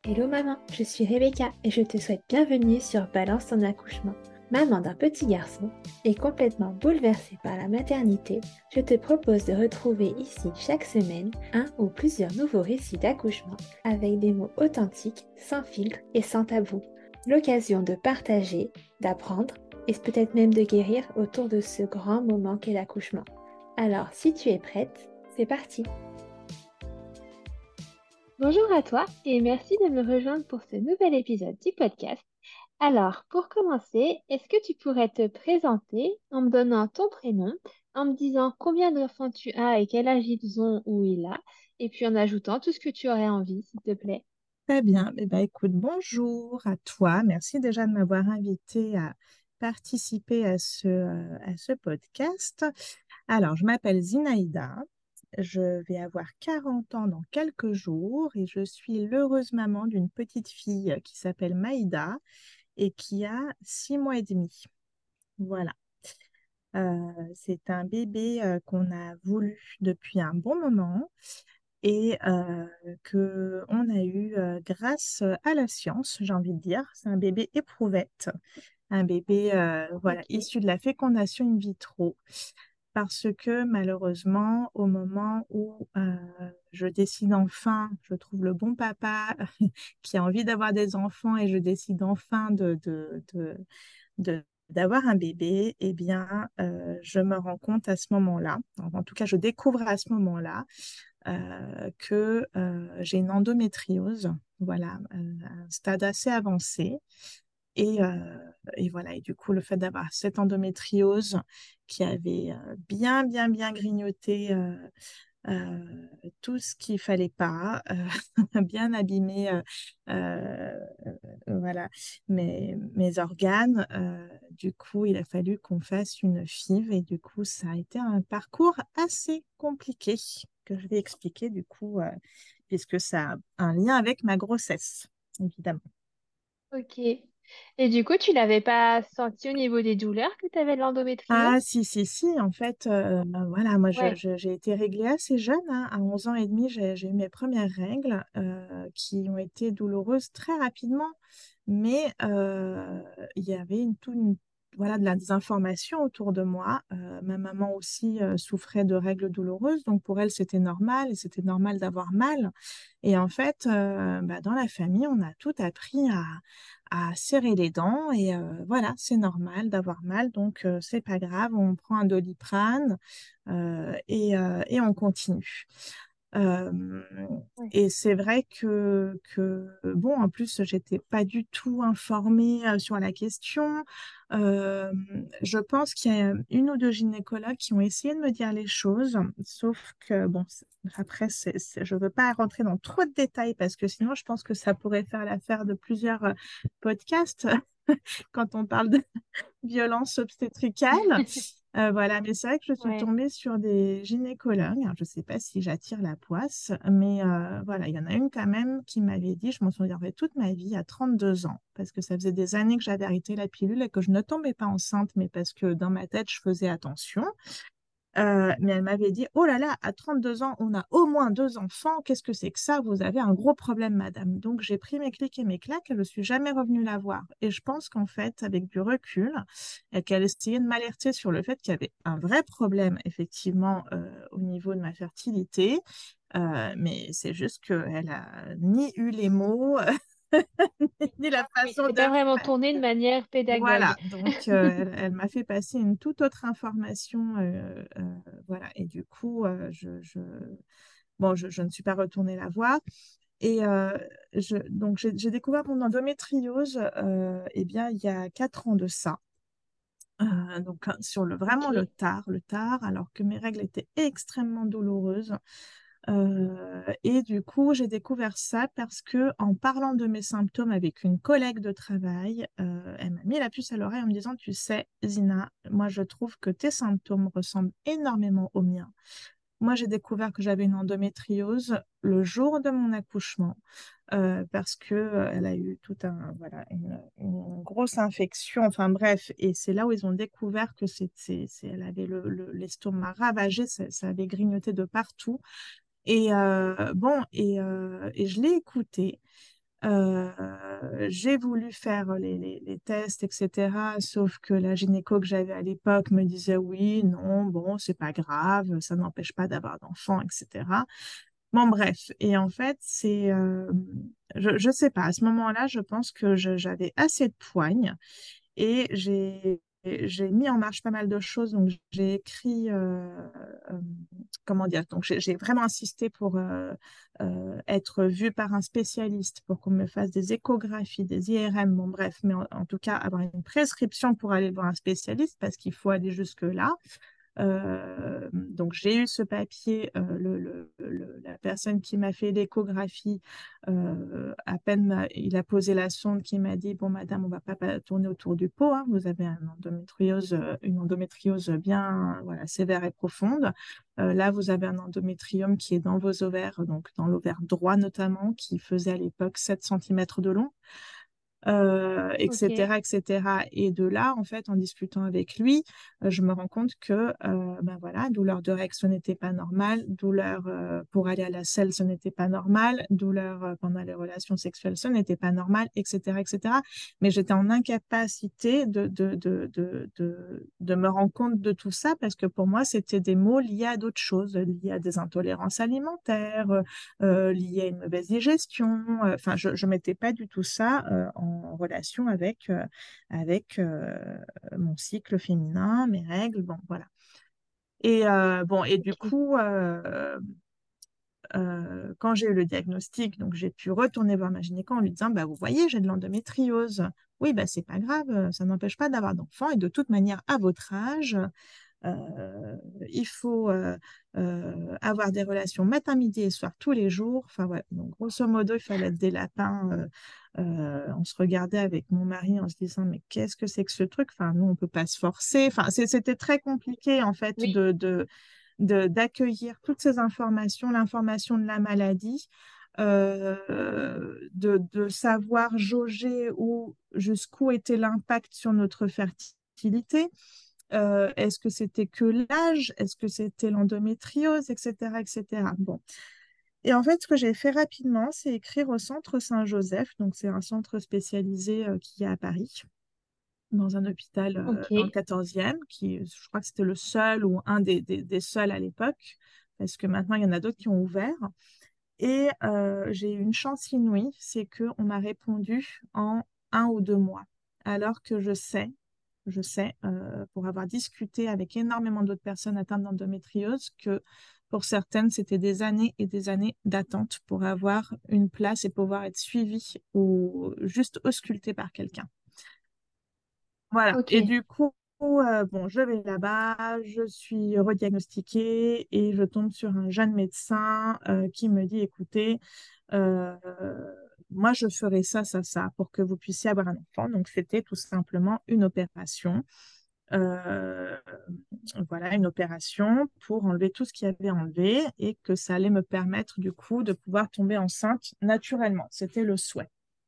Hello maman, je suis Rebecca et je te souhaite bienvenue sur Balance ton accouchement. Maman d'un petit garçon et complètement bouleversée par la maternité, je te propose de retrouver ici chaque semaine un ou plusieurs nouveaux récits d'accouchement avec des mots authentiques, sans filtre et sans tabou. L'occasion de partager, d'apprendre et peut-être même de guérir autour de ce grand moment qu'est l'accouchement. Alors si tu es prête, c'est parti! Bonjour à toi et merci de me rejoindre pour ce nouvel épisode du podcast. Alors, pour commencer, est-ce que tu pourrais te présenter en me donnant ton prénom, en me disant combien d'enfants tu as et quel âge ils ont ou il a, et puis en ajoutant tout ce que tu aurais envie, s'il te plaît. Très bien. Écoute, bonjour à toi. Merci déjà de m'avoir invité à participer à ce podcast. Alors, je m'appelle Zinaïda. Je vais avoir 40 ans dans quelques jours et je suis l'heureuse maman d'une petite fille qui s'appelle Maïda et qui a 6 mois et demi. Voilà. C'est un bébé qu'on a voulu depuis un bon moment et que on a eu grâce à la science, j'ai envie de dire. C'est un bébé éprouvette, un bébé voilà, Ok. issu de la fécondation in vitro. Parce que malheureusement, au moment où je décide enfin, je trouve le bon papa qui a envie d'avoir des enfants et je décide enfin d'avoir un bébé, eh bien, je me rends compte à ce moment-là, en tout cas, je découvre à ce moment-là que j'ai une endométriose, voilà, un stade assez avancé. Et, euh, et voilà, et du coup, le fait d'avoir cette endométriose qui avait bien grignoté euh, tout ce qu'il fallait pas, bien abîmé euh, voilà, mes organes. Du coup, il a fallu qu'on fasse une FIV et du coup, ça a été un parcours assez compliqué que je vais expliquer du coup, puisque ça a un lien avec ma grossesse, évidemment. Ok. Et du coup, tu l'avais pas senti au niveau des douleurs que tu avais de Ah, l'endométriose? si, en fait, voilà, moi, Ouais. j'ai été réglée assez jeune, hein. À 11 ans et demi, j'ai eu mes premières règles qui ont été douloureuses très rapidement, mais il y avait voilà, des informations autour de moi. Ma maman aussi souffrait de règles douloureuses, donc pour elle, c'était normal, et c'était normal d'avoir mal. Et en fait, dans la famille, on a tout appris à serrer les dents et voilà, c'est normal d'avoir mal, donc c'est pas grave, on prend un Doliprane et on continue. Euh, Ouais. et c'est vrai bon, en plus, j'étais pas du tout informée sur la question. Euh, je pense qu'il y a une ou deux gynécologues qui ont essayé de me dire les choses, sauf que, bon, après, je veux pas rentrer dans trop de détails parce que sinon, je pense que ça pourrait faire l'affaire de plusieurs podcasts quand on parle de violence obstétricale. Voilà, mais c'est vrai que je suis Ouais. tombée sur des gynécologues. Alors, je ne sais pas si j'attire la poisse, mais voilà, il y en a une quand même qui m'avait dit, je m'en souviendrai toute ma vie, à 32 ans, parce que ça faisait des années que j'avais arrêté la pilule et que je ne tombais pas enceinte, mais parce que dans ma tête, je faisais attention. Mais elle m'avait dit, oh là là, à 32 ans, on a au moins 2 enfants. Qu'est-ce que c'est que ça? Vous avez un gros problème, madame. Donc, j'ai pris mes clics et mes claques et je ne suis jamais revenue la voir. Et je pense qu'en fait, avec du recul, et qu'elle essayait de m'alerter sur le fait qu'il y avait un vrai problème, effectivement, au niveau de ma fertilité. Mais c'est juste qu'elle a ni eu les mots, ni la Oui, façon c'est de pas vraiment faire. tourné de manière pédagogue. Voilà, donc elle m'a fait passer une toute autre information, voilà, et du coup, bon, je ne suis pas retournée la voir. Et donc, j'ai découvert mon endométriose, eh bien, il y a 4 ans de ça. Donc, sur vraiment Ok. le tard, alors que mes règles étaient extrêmement douloureuses. Et du coup, j'ai découvert ça parce que en parlant de mes symptômes avec une collègue de travail, elle m'a mis la puce à l'oreille en me disant, tu sais, Zina, moi je trouve que tes symptômes ressemblent énormément aux miens. Moi, j'ai découvert que j'avais une endométriose le jour de mon accouchement parce que elle a eu voilà, une grosse infection. Enfin bref, et c'est là où ils ont découvert que elle avait l'estomac ravagé, ça avait grignoté de partout. Et bon, et je l'ai écouté. Euh, j'ai voulu faire les tests, etc. Sauf que la gynéco que j'avais à l'époque me disait oui, non, bon, c'est pas grave, ça n'empêche pas d'avoir d'enfants, etc. Bon, bref. Et en fait, je sais pas, à ce moment-là, je pense que j'avais assez de poigne et j'ai mis en marche pas mal de choses. Donc, j'ai écrit, euh, comment dire, donc j'ai vraiment insisté pour être vue par un spécialiste, pour qu'on me fasse des échographies, des IRM, bon, bref, mais en tout cas, avoir une prescription pour aller voir un spécialiste parce qu'il faut aller jusque-là. Donc j'ai eu ce papier, la personne qui m'a fait l'échographie, à peine il a posé la sonde qui m'a dit, bon madame, on va pas tourner autour du pot, hein, vous avez une endométriose bien voilà, sévère et profonde. Là, vous avez un endométrium qui est dans vos ovaires, donc dans l'ovaire droit notamment, qui faisait à l'époque 7 centimètres de long, Ok. etc., etc. Et de là, en fait, en discutant avec lui, je me rends compte que, ben voilà, douleur de règles, ce n'était pas normal, douleur pour aller à la selle, ce n'était pas normal, douleur pendant les relations sexuelles, ce n'était pas normal, etc., etc. Mais j'étais en incapacité de me rendre compte de tout ça parce que pour moi, c'était des mots liés à d'autres choses, liés à des intolérances alimentaires, liées à une mauvaise digestion. Enfin, je ne mettais pas du tout ça en relation avec mon cycle féminin, mes règles, bon, voilà. Et du Ok. coup, quand j'ai eu le diagnostic, donc j'ai pu retourner voir ma gynéco en lui disant, bah, vous voyez, j'ai de l'endométriose. Oui, bah, c'est pas grave, ça n'empêche pas d'avoir d'enfants. Et de toute manière, à votre âge, il faut avoir des relations matin, midi et soir tous les jours. Enfin, voilà. Donc, grosso modo, il fallait être des lapins. On se regardait avec mon mari en se disant, mais qu'est-ce que c'est que ce truc? Enfin, nous, on peut pas se forcer. Enfin, c'était très compliqué, en fait, Oui. d'accueillir toutes ces informations, l'information de la maladie, de savoir jauger jusqu'où était l'impact sur notre fertilité. Est-ce que c'était que l'âge? Est-ce que c'était l'endométriose, etc., etc. Bon. Et en fait, ce que j'ai fait rapidement, c'est écrire au Centre Saint-Joseph. Donc, c'est un centre spécialisé qui est à Paris, dans un hôpital dans le Ok. 14e, je crois que c'était le seul ou un des seuls à l'époque, parce que maintenant, il y en a d'autres qui ont ouvert. Et j'ai eu une chance inouïe, c'est qu'on m'a répondu en 1 ou 2 mois, alors que je sais, pour avoir discuté avec énormément d'autres personnes atteintes d'endométriose, que pour certaines, c'était des années et des années d'attente pour avoir une place et pouvoir être suivie ou juste auscultée par quelqu'un. Voilà. Et Ok. du coup, bon, je vais là-bas, je suis rediagnostiquée et je tombe sur un jeune médecin qui me dit, écoutez, euh, moi, je ferai ça pour que vous puissiez avoir un enfant. Donc, c'était tout simplement une opération. Euh, voilà, une opération pour enlever tout ce qu'il y avait enlevé et que ça allait me permettre, du coup, de pouvoir tomber enceinte naturellement. C'était le souhait.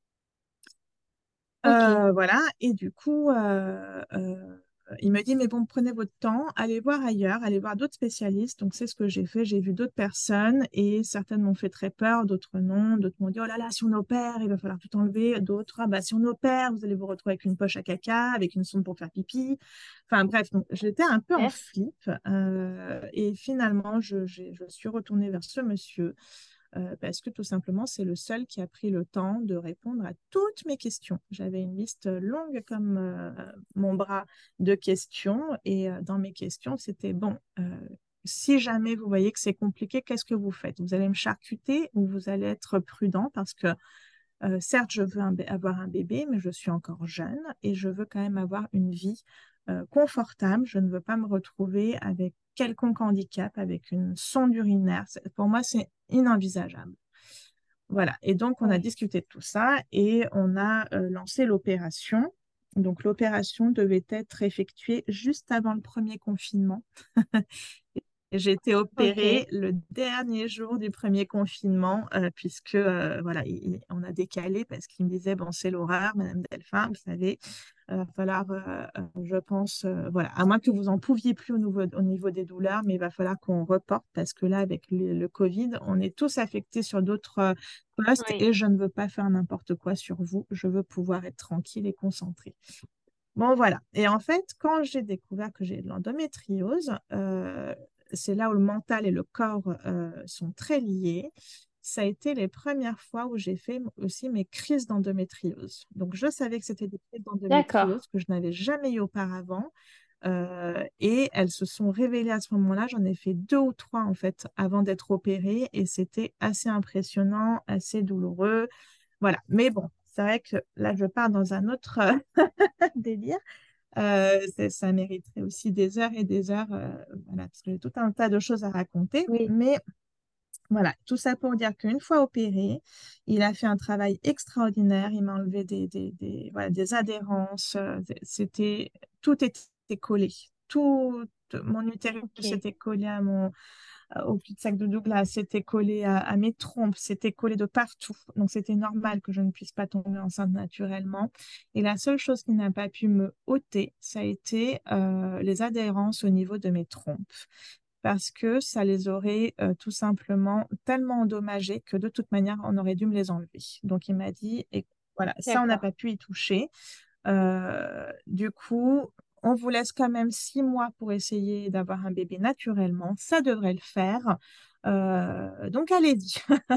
Ok. Voilà, et du coup, il me dit, mais bon, prenez votre temps, allez voir ailleurs, allez voir d'autres spécialistes. Donc, c'est ce que j'ai fait. J'ai vu d'autres personnes et certaines m'ont fait très peur, d'autres non. D'autres m'ont dit, oh là là, si on opère, il va falloir tout enlever. D'autres, ah, bah, si on opère, vous allez vous retrouver avec une poche à caca, avec une sonde pour faire pipi. Enfin, bref, donc, j'étais un peu en Super. flip. Et finalement, je suis retournée vers ce monsieur parce que tout simplement, c'est le seul qui a pris le temps de répondre à toutes mes questions. J'avais une liste longue comme mon bras de questions et dans mes questions, c'était bon. Si jamais vous voyez que c'est compliqué, qu'est-ce que vous faites? Vous allez me charcuter ou vous allez être prudent parce que certes, je veux avoir un bébé, mais je suis encore jeune et je veux quand même avoir une vie confortable. Je ne veux pas me retrouver avec quelconque handicap, avec une sonde urinaire. Pour moi, c'est inenvisageable. Voilà. Et donc, on a Oui. discuté de tout ça et on a lancé l'opération. Donc, l'opération devait être effectuée juste avant le premier confinement. J'ai été opérée Ok. le dernier jour du premier confinement, puisque voilà, on a décalé parce qu'il me disait, bon, c'est l'horreur, Madame Delphin, vous savez, Il va falloir, je pense, voilà, à moins que vous en pouviez plus au niveau des douleurs, mais il va falloir qu'on reporte parce que là, avec le Covid, on est tous affectés sur d'autres postes Oui. et je ne veux pas faire n'importe quoi sur vous. Je veux pouvoir être tranquille et concentrée. Bon, voilà. Et en fait, quand j'ai découvert que j'ai de l'endométriose, c'est là où le mental et le corps sont très liés. Ça a été les premières fois où j'ai fait aussi mes crises d'endométriose. Donc, je savais que c'était des crises D'accord. d'endométriose que je n'avais jamais eu auparavant. Et elles se sont révélées à ce moment-là. J'en ai fait deux ou trois, en fait, avant d'être opérée. Et c'était assez impressionnant, assez douloureux. Voilà. Mais bon, c'est vrai que là, je pars dans un autre délire. Ça mériterait aussi des heures et des heures, voilà, parce que j'ai tout un tas de choses à raconter. Oui. Mais voilà, tout ça pour dire qu'une fois opéré, il a fait un travail extraordinaire. Il m'a enlevé voilà, des adhérences. Tout était collé. Tout, mon utérus Ok. était collé au cul-de-sac de Douglas, c'était collé à mes trompes, c'était collé de partout. Donc c'était normal que je ne puisse pas tomber enceinte naturellement. Et la seule chose qui n'a pas pu me ôter, ça a été les adhérences au niveau de mes trompes. Parce que ça les aurait tout simplement tellement endommagées que de toute manière, on aurait dû me les enlever. Donc il m'a dit, et voilà, ça, on n'a D'accord. pas pu y toucher. Du coup, on vous laisse quand même 6 mois pour essayer d'avoir un bébé naturellement. Ça devrait le faire. Donc, allez-y.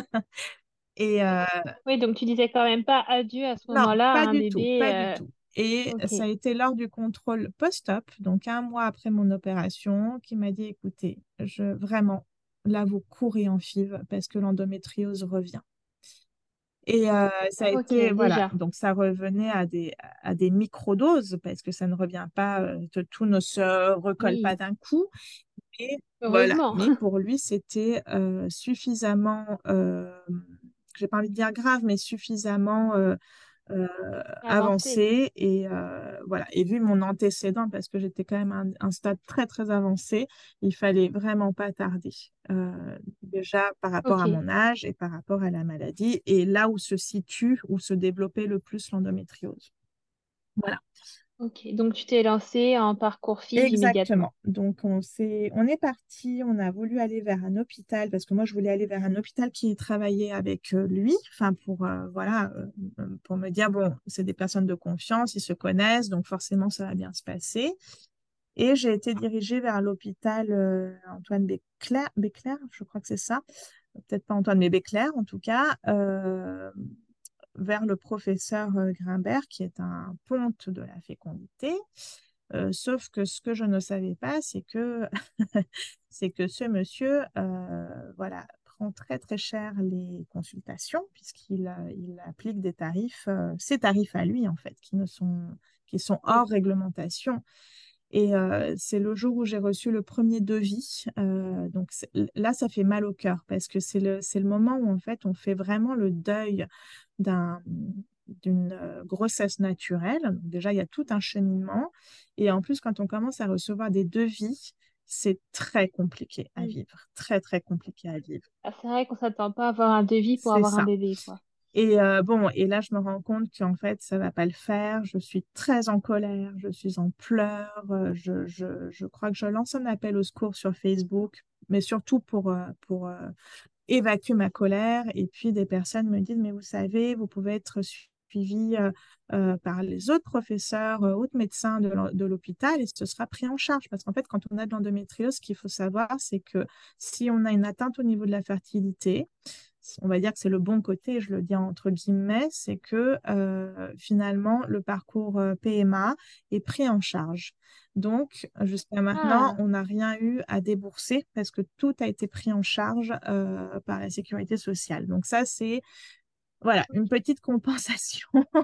Et Oui, donc tu disais quand même pas adieu à ce non, moment-là à pas un du tout, bébé. pas du tout. Et Ok. ça a été lors du contrôle post-op, donc 1 mois après mon opération, qui m'a dit, écoutez, vraiment, là, vous courez en FIV parce que l'endométriose revient. Et ça a Ok, été, voilà, déjà. donc ça revenait à des microdoses parce que ça ne revient pas, tout ne se recolle pas Oui. d'un coup. Et voilà, Heureusement. mais pour lui, c'était suffisamment, j'ai pas envie de dire grave, mais suffisamment euh, Avancé. avancé. Et voilà, et vu mon antécédent, parce que j'étais quand même à un stade très, très avancé, il fallait vraiment pas tarder. Déjà par rapport à Ok. mon âge et par rapport à la maladie, et là où se situe, où se développait le plus l'endométriose. Voilà. Ok. Donc tu t'es lancé en parcours FIV immédiatement. Exactement. Donc, on est parti, on a voulu aller vers un hôpital, parce que moi, je voulais aller vers un hôpital qui travaillait avec lui, enfin, voilà, pour me dire, bon, c'est des personnes de confiance, ils se connaissent, donc forcément, ça va bien se passer. Et j'ai été dirigée vers l'hôpital Antoine Béclair, je crois que c'est ça. Peut-être pas Antoine, mais Béclair, en tout cas, vers le professeur Grimbert, qui est un ponte de la fécondité. Sauf que ce que je ne savais pas, c'est que, c'est que ce monsieur, voilà, prend très très cher les consultations puisqu'il applique des tarifs, ses tarifs à lui en fait, qui sont Oui. hors réglementation. Et c'est le jour où j'ai reçu le premier devis. Donc là, ça fait mal au cœur parce que c'est le moment où en fait on fait vraiment le deuil d'un, d'une grossesse naturelle. Donc, déjà, il y a tout un cheminement. Et en plus, quand on commence à recevoir des devis, c'est très compliqué à Mm. vivre. Très, très compliqué à vivre. Ah, c'est vrai qu'on s'attend pas à avoir un devis pour C'est avoir un ça. bébé, quoi. Et bon, et là, je me rends compte qu'en fait, ça va pas le faire. Je suis très en colère, je suis en pleurs. Je crois que je lance un appel au secours sur Facebook, mais surtout pour évacuer ma colère. Et puis, des personnes me disent, mais vous savez, vous pouvez être suivi par les autres professeurs, autres médecins de l'hôpital, et ce sera pris en charge. Parce qu'en fait, quand on a de l'endométriose, ce qu'il faut savoir, c'est que si on a une atteinte au niveau de la fertilité, on va dire que c'est le bon côté, je le dis entre guillemets, c'est que finalement, le parcours PMA est pris en charge. Donc, jusqu'à maintenant, Ah, on n'a rien eu à débourser parce que tout a été pris en charge par la sécurité sociale. Donc ça, c'est voilà, une petite compensation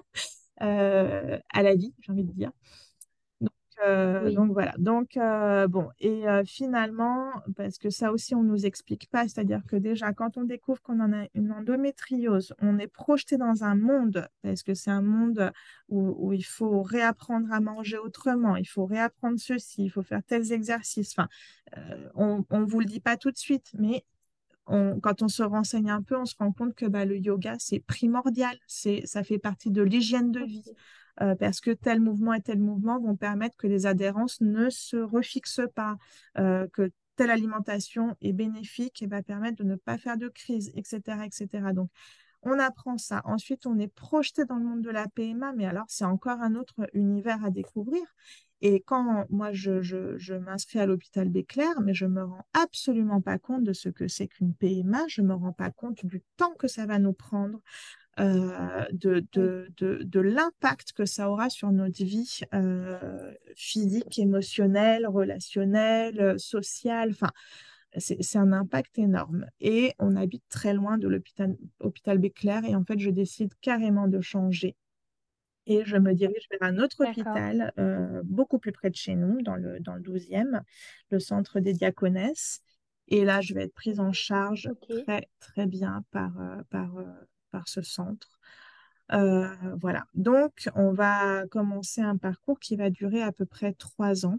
à la vie, j'ai envie de dire. Donc, oui. donc voilà. Donc bon, et finalement, parce que ça aussi on nous explique pas, c'est-à-dire que déjà quand on découvre qu'on en a une endométriose, on est projeté dans un monde, parce que c'est un monde où il faut réapprendre à manger autrement, il faut réapprendre ceci, il faut faire tels exercices. Enfin, on vous le dit pas tout de suite, mais quand on se renseigne un peu, on se rend compte que bah, le yoga, c'est primordial, ça fait partie de l'hygiène de vie. Ok. parce que tel mouvement et tel mouvement vont permettre que les adhérences ne se refixent pas, que telle alimentation est bénéfique et va permettre de ne pas faire de crise, etc., etc. Donc, on apprend ça. Ensuite, on est projeté dans le monde de la PMA, mais alors c'est encore un autre univers à découvrir. Et quand moi, je m'inscris à l'hôpital Béclair, mais je me rends absolument pas compte de ce que c'est qu'une PMA, je me rends pas compte du temps que ça va nous prendre, Oui, de l'impact que ça aura sur notre vie physique, émotionnelle, relationnelle, sociale. Enfin, c'est un impact énorme. Et on habite très loin de l'hôpital Béclair. Et en fait, je décide carrément de changer. Et je me dirige vers un autre d'accord. hôpital, beaucoup plus près de chez nous, dans le 12e, le centre des Diaconesses. Et là, je vais être prise en charge Ok, très, très bien par ce centre. Voilà. Donc, on va commencer un parcours qui va durer à peu près 3 ans.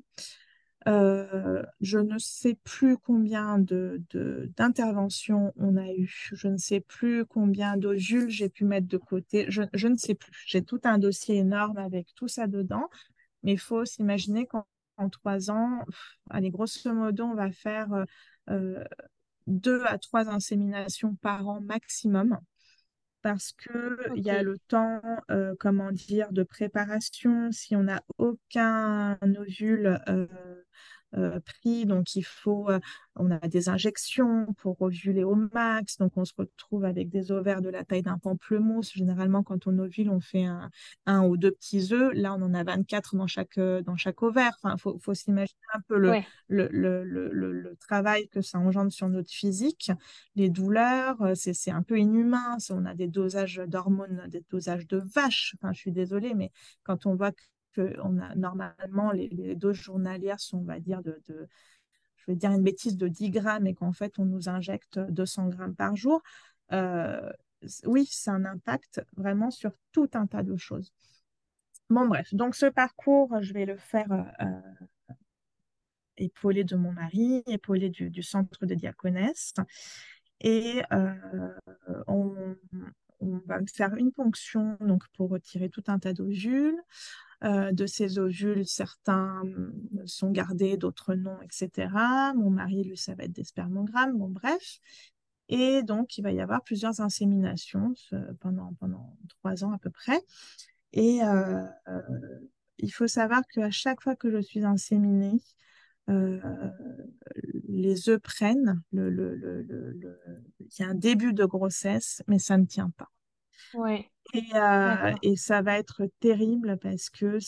Je ne sais plus combien d'interventions on a eu. Je ne sais plus combien d'ovules j'ai pu mettre de côté. Je ne sais plus. J'ai tout un dossier énorme avec tout ça dedans. Mais il faut s'imaginer qu'en 3 ans, allez, grosso modo, on va faire 2 à 3 inséminations par an maximum parce que il y a ok. le temps, comment dire, de préparation. Si on n'a aucun ovule pris, donc on a des injections pour ovuler au max, donc on se retrouve avec des ovaires de la taille d'un pamplemousse. Généralement, quand on ovule, on fait un ou deux petits œufs. Là, on en a 24 dans chaque ovaire. Enfin, faut s'imaginer un peu Ouais, le travail que ça engendre sur notre physique, les douleurs, c'est un peu inhumain. On a des dosages d'hormones, des dosages de vaches. Enfin, je suis désolée, mais quand on voit que on a, normalement, les doses journalières sont, on va dire, je vais dire une bêtise, de 10 grammes et qu'en fait, on nous injecte 200 grammes par jour, euh, oui, c'est un impact vraiment sur tout un tas de choses. Bon, bref, donc ce parcours, je vais le faire épaulé de mon mari, épaulé du centre de diaconesse. Et on, on va me faire une ponction donc, pour retirer tout un tas d'ovules. De ces ovules, certains sont gardés, d'autres non, etc. Mon mari, lui, ça va être des spermogrammes, bon, bref. Et donc, il va y avoir plusieurs inséminations pendant 3 ans à peu près. Et il faut savoir qu'à chaque fois que je suis inséminée, euh, les œufs prennent, il y a un début de grossesse, mais ça ne tient pas. ouais, d'accord. Et ça va être terrible parce que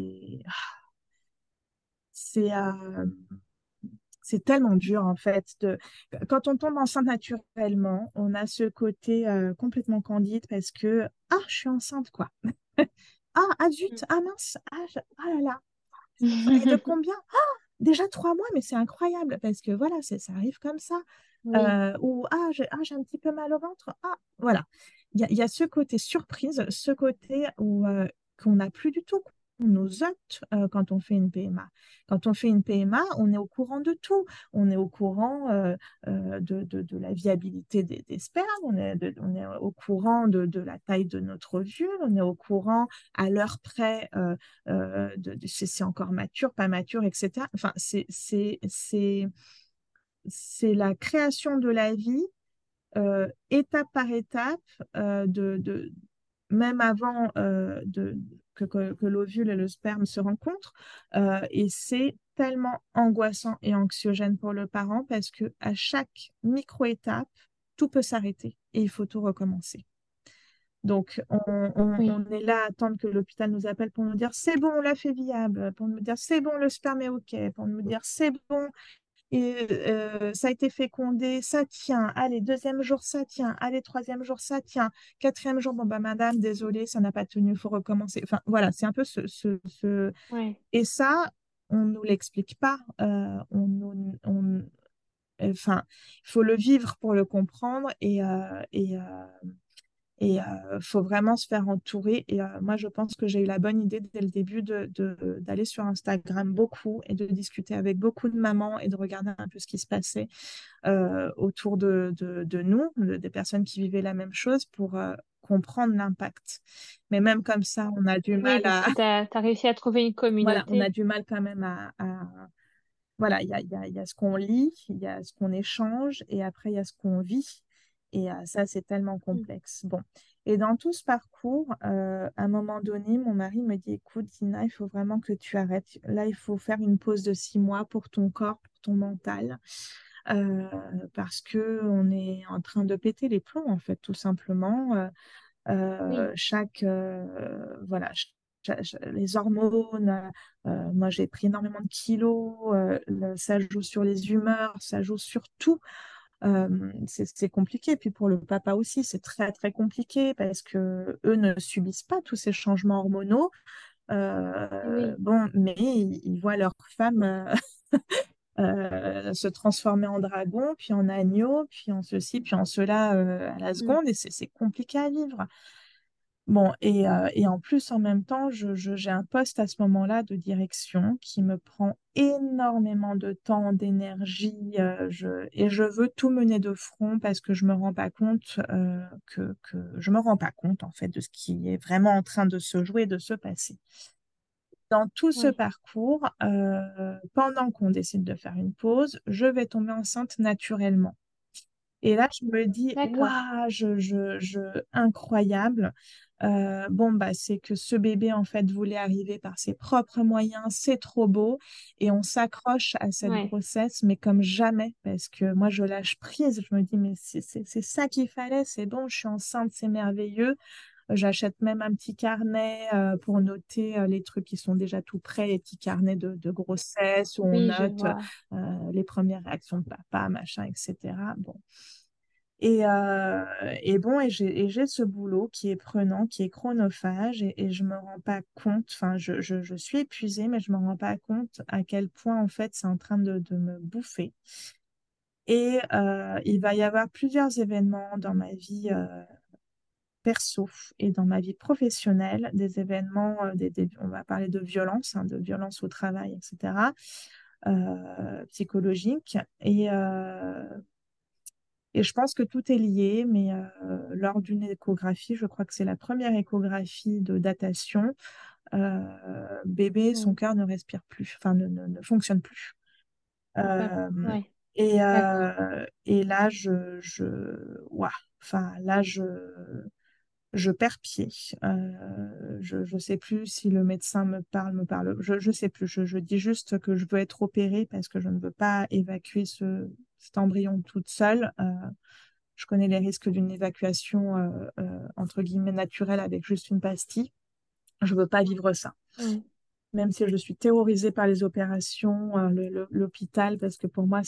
c'est, euh, c'est tellement dur en fait. Quand on tombe enceinte naturellement, on a ce côté complètement candide parce que, ah, je suis enceinte quoi. Ah, zut, ah mince, ah là là. Et de combien? Déjà 3 mois, mais c'est incroyable parce que voilà, ça arrive comme ça. Oui, Ou j'ai un petit peu mal au ventre. Ah, voilà. Il y a ce côté surprise, ce côté qu'on n'a plus du tout. On nous ôte quand on fait une PMA. Quand on fait une PMA, on est au courant de tout. On est au courant de la viabilité des spermes, on est au courant de la taille de notre ovule, on est au courant à l'heure près si c'est encore mature, pas mature, etc. Enfin, c'est la création de la vie étape par étape, même avant que l'ovule et le sperme se rencontrent. Et c'est tellement angoissant et anxiogène pour le parent parce que à chaque micro-étape, tout peut s'arrêter et il faut tout recommencer. Donc, on oui, est là à attendre que l'hôpital nous appelle pour nous dire c'est bon, on l'a fait viable, pour nous dire c'est bon, le sperme est OK, pour nous dire c'est bon, et ça a été fécondé, ça tient. Allez, deuxième jour, ça tient. Allez, troisième jour, ça tient. Quatrième jour, bon, bah, madame, désolée, ça n'a pas tenu, il faut recommencer. Enfin, voilà, c'est un peu ouais, Et ça, on ne nous l'explique pas. Enfin, il faut le vivre pour le comprendre et faut vraiment se faire entourer. Et moi, je pense que j'ai eu la bonne idée dès le début d'aller sur Instagram beaucoup et de discuter avec beaucoup de mamans et de regarder un peu ce qui se passait autour de nous, des personnes qui vivaient la même chose pour comprendre l'impact. Mais même comme ça, on a du Oui, mal parce à, que tu as réussi à trouver une voilà, on a communauté. du mal quand même voilà, il y a ce qu'on lit, il y a ce qu'on échange, et après, il y a ce qu'on vit. Et ça, c'est tellement Mm. complexe. Bon. Et dans tout ce parcours, à un moment donné, mon mari me dit, écoute, Dina, il faut vraiment que tu arrêtes. Là, il faut faire une pause de 6 mois pour ton corps, pour ton mental, euh, parce que on est en train de péter les plombs, en fait, tout simplement. Oui, Voilà, les hormones. Moi, j'ai pris énormément de kilos. Ça joue sur les humeurs, ça joue sur tout. C'est compliqué. Puis pour le papa aussi, c'est très très compliqué parce que eux ne subissent pas tous ces changements hormonaux. oui, Bon, mais ils voient leur femme se transformer en dragon, puis en agneau, puis en ceci, puis en cela à la mm, seconde, et c'est compliqué à vivre. Bon, et en plus, en même temps, j'ai un poste à ce moment-là de direction qui me prend énormément de temps, d'énergie, et je veux tout mener de front parce que je me rends pas compte que je me rends pas compte en fait de ce qui est vraiment en train de se jouer, de se passer. Dans tout ce oui. parcours, pendant qu'on décide de faire une pause, je vais tomber enceinte naturellement. Et là, je me dis, D'accord. waouh, incroyable. Bon, bah, c'est que ce bébé, en fait, voulait arriver par ses propres moyens. C'est trop beau. Et on s'accroche à cette Ouais. grossesse, mais comme jamais, parce que moi, je lâche prise. Je me dis, mais c'est ça qu'il fallait. C'est bon, je suis enceinte, c'est merveilleux. J'achète même un petit carnet pour noter les trucs qui sont déjà tout prêts, les petits carnets de grossesse où on Oui, je note vois. les premières réactions de papa, machin, etc. Bon. Et bon, et j'ai ce boulot qui est prenant, qui est chronophage, et je me rends pas compte, enfin, je suis épuisée, mais je me rends pas compte à quel point, en fait, c'est en train de me bouffer. Et il va y avoir plusieurs événements dans ma vie perso et dans ma vie professionnelle, des événements, on va parler de violence, hein, de violence au travail, etc., psychologique. Et je pense que tout est lié, mais lors d'une échographie, je crois que c'est la première échographie de datation, bébé, son Oui. cœur ne respire plus, enfin ne fonctionne plus. Bah, Euh, ouais. D'accord. et là, ouah, enfin là, je perds pied. Je sais plus si le médecin me parle. Je sais plus. Je dis juste que je veux être opérée parce que je ne veux pas évacuer cet embryon toute seule. Je connais les risques d'une évacuation entre guillemets naturelle avec juste une pastille. Je veux pas vivre ça. Oui. Même si je suis terrorisée par les opérations, l'hôpital, parce que pour moi,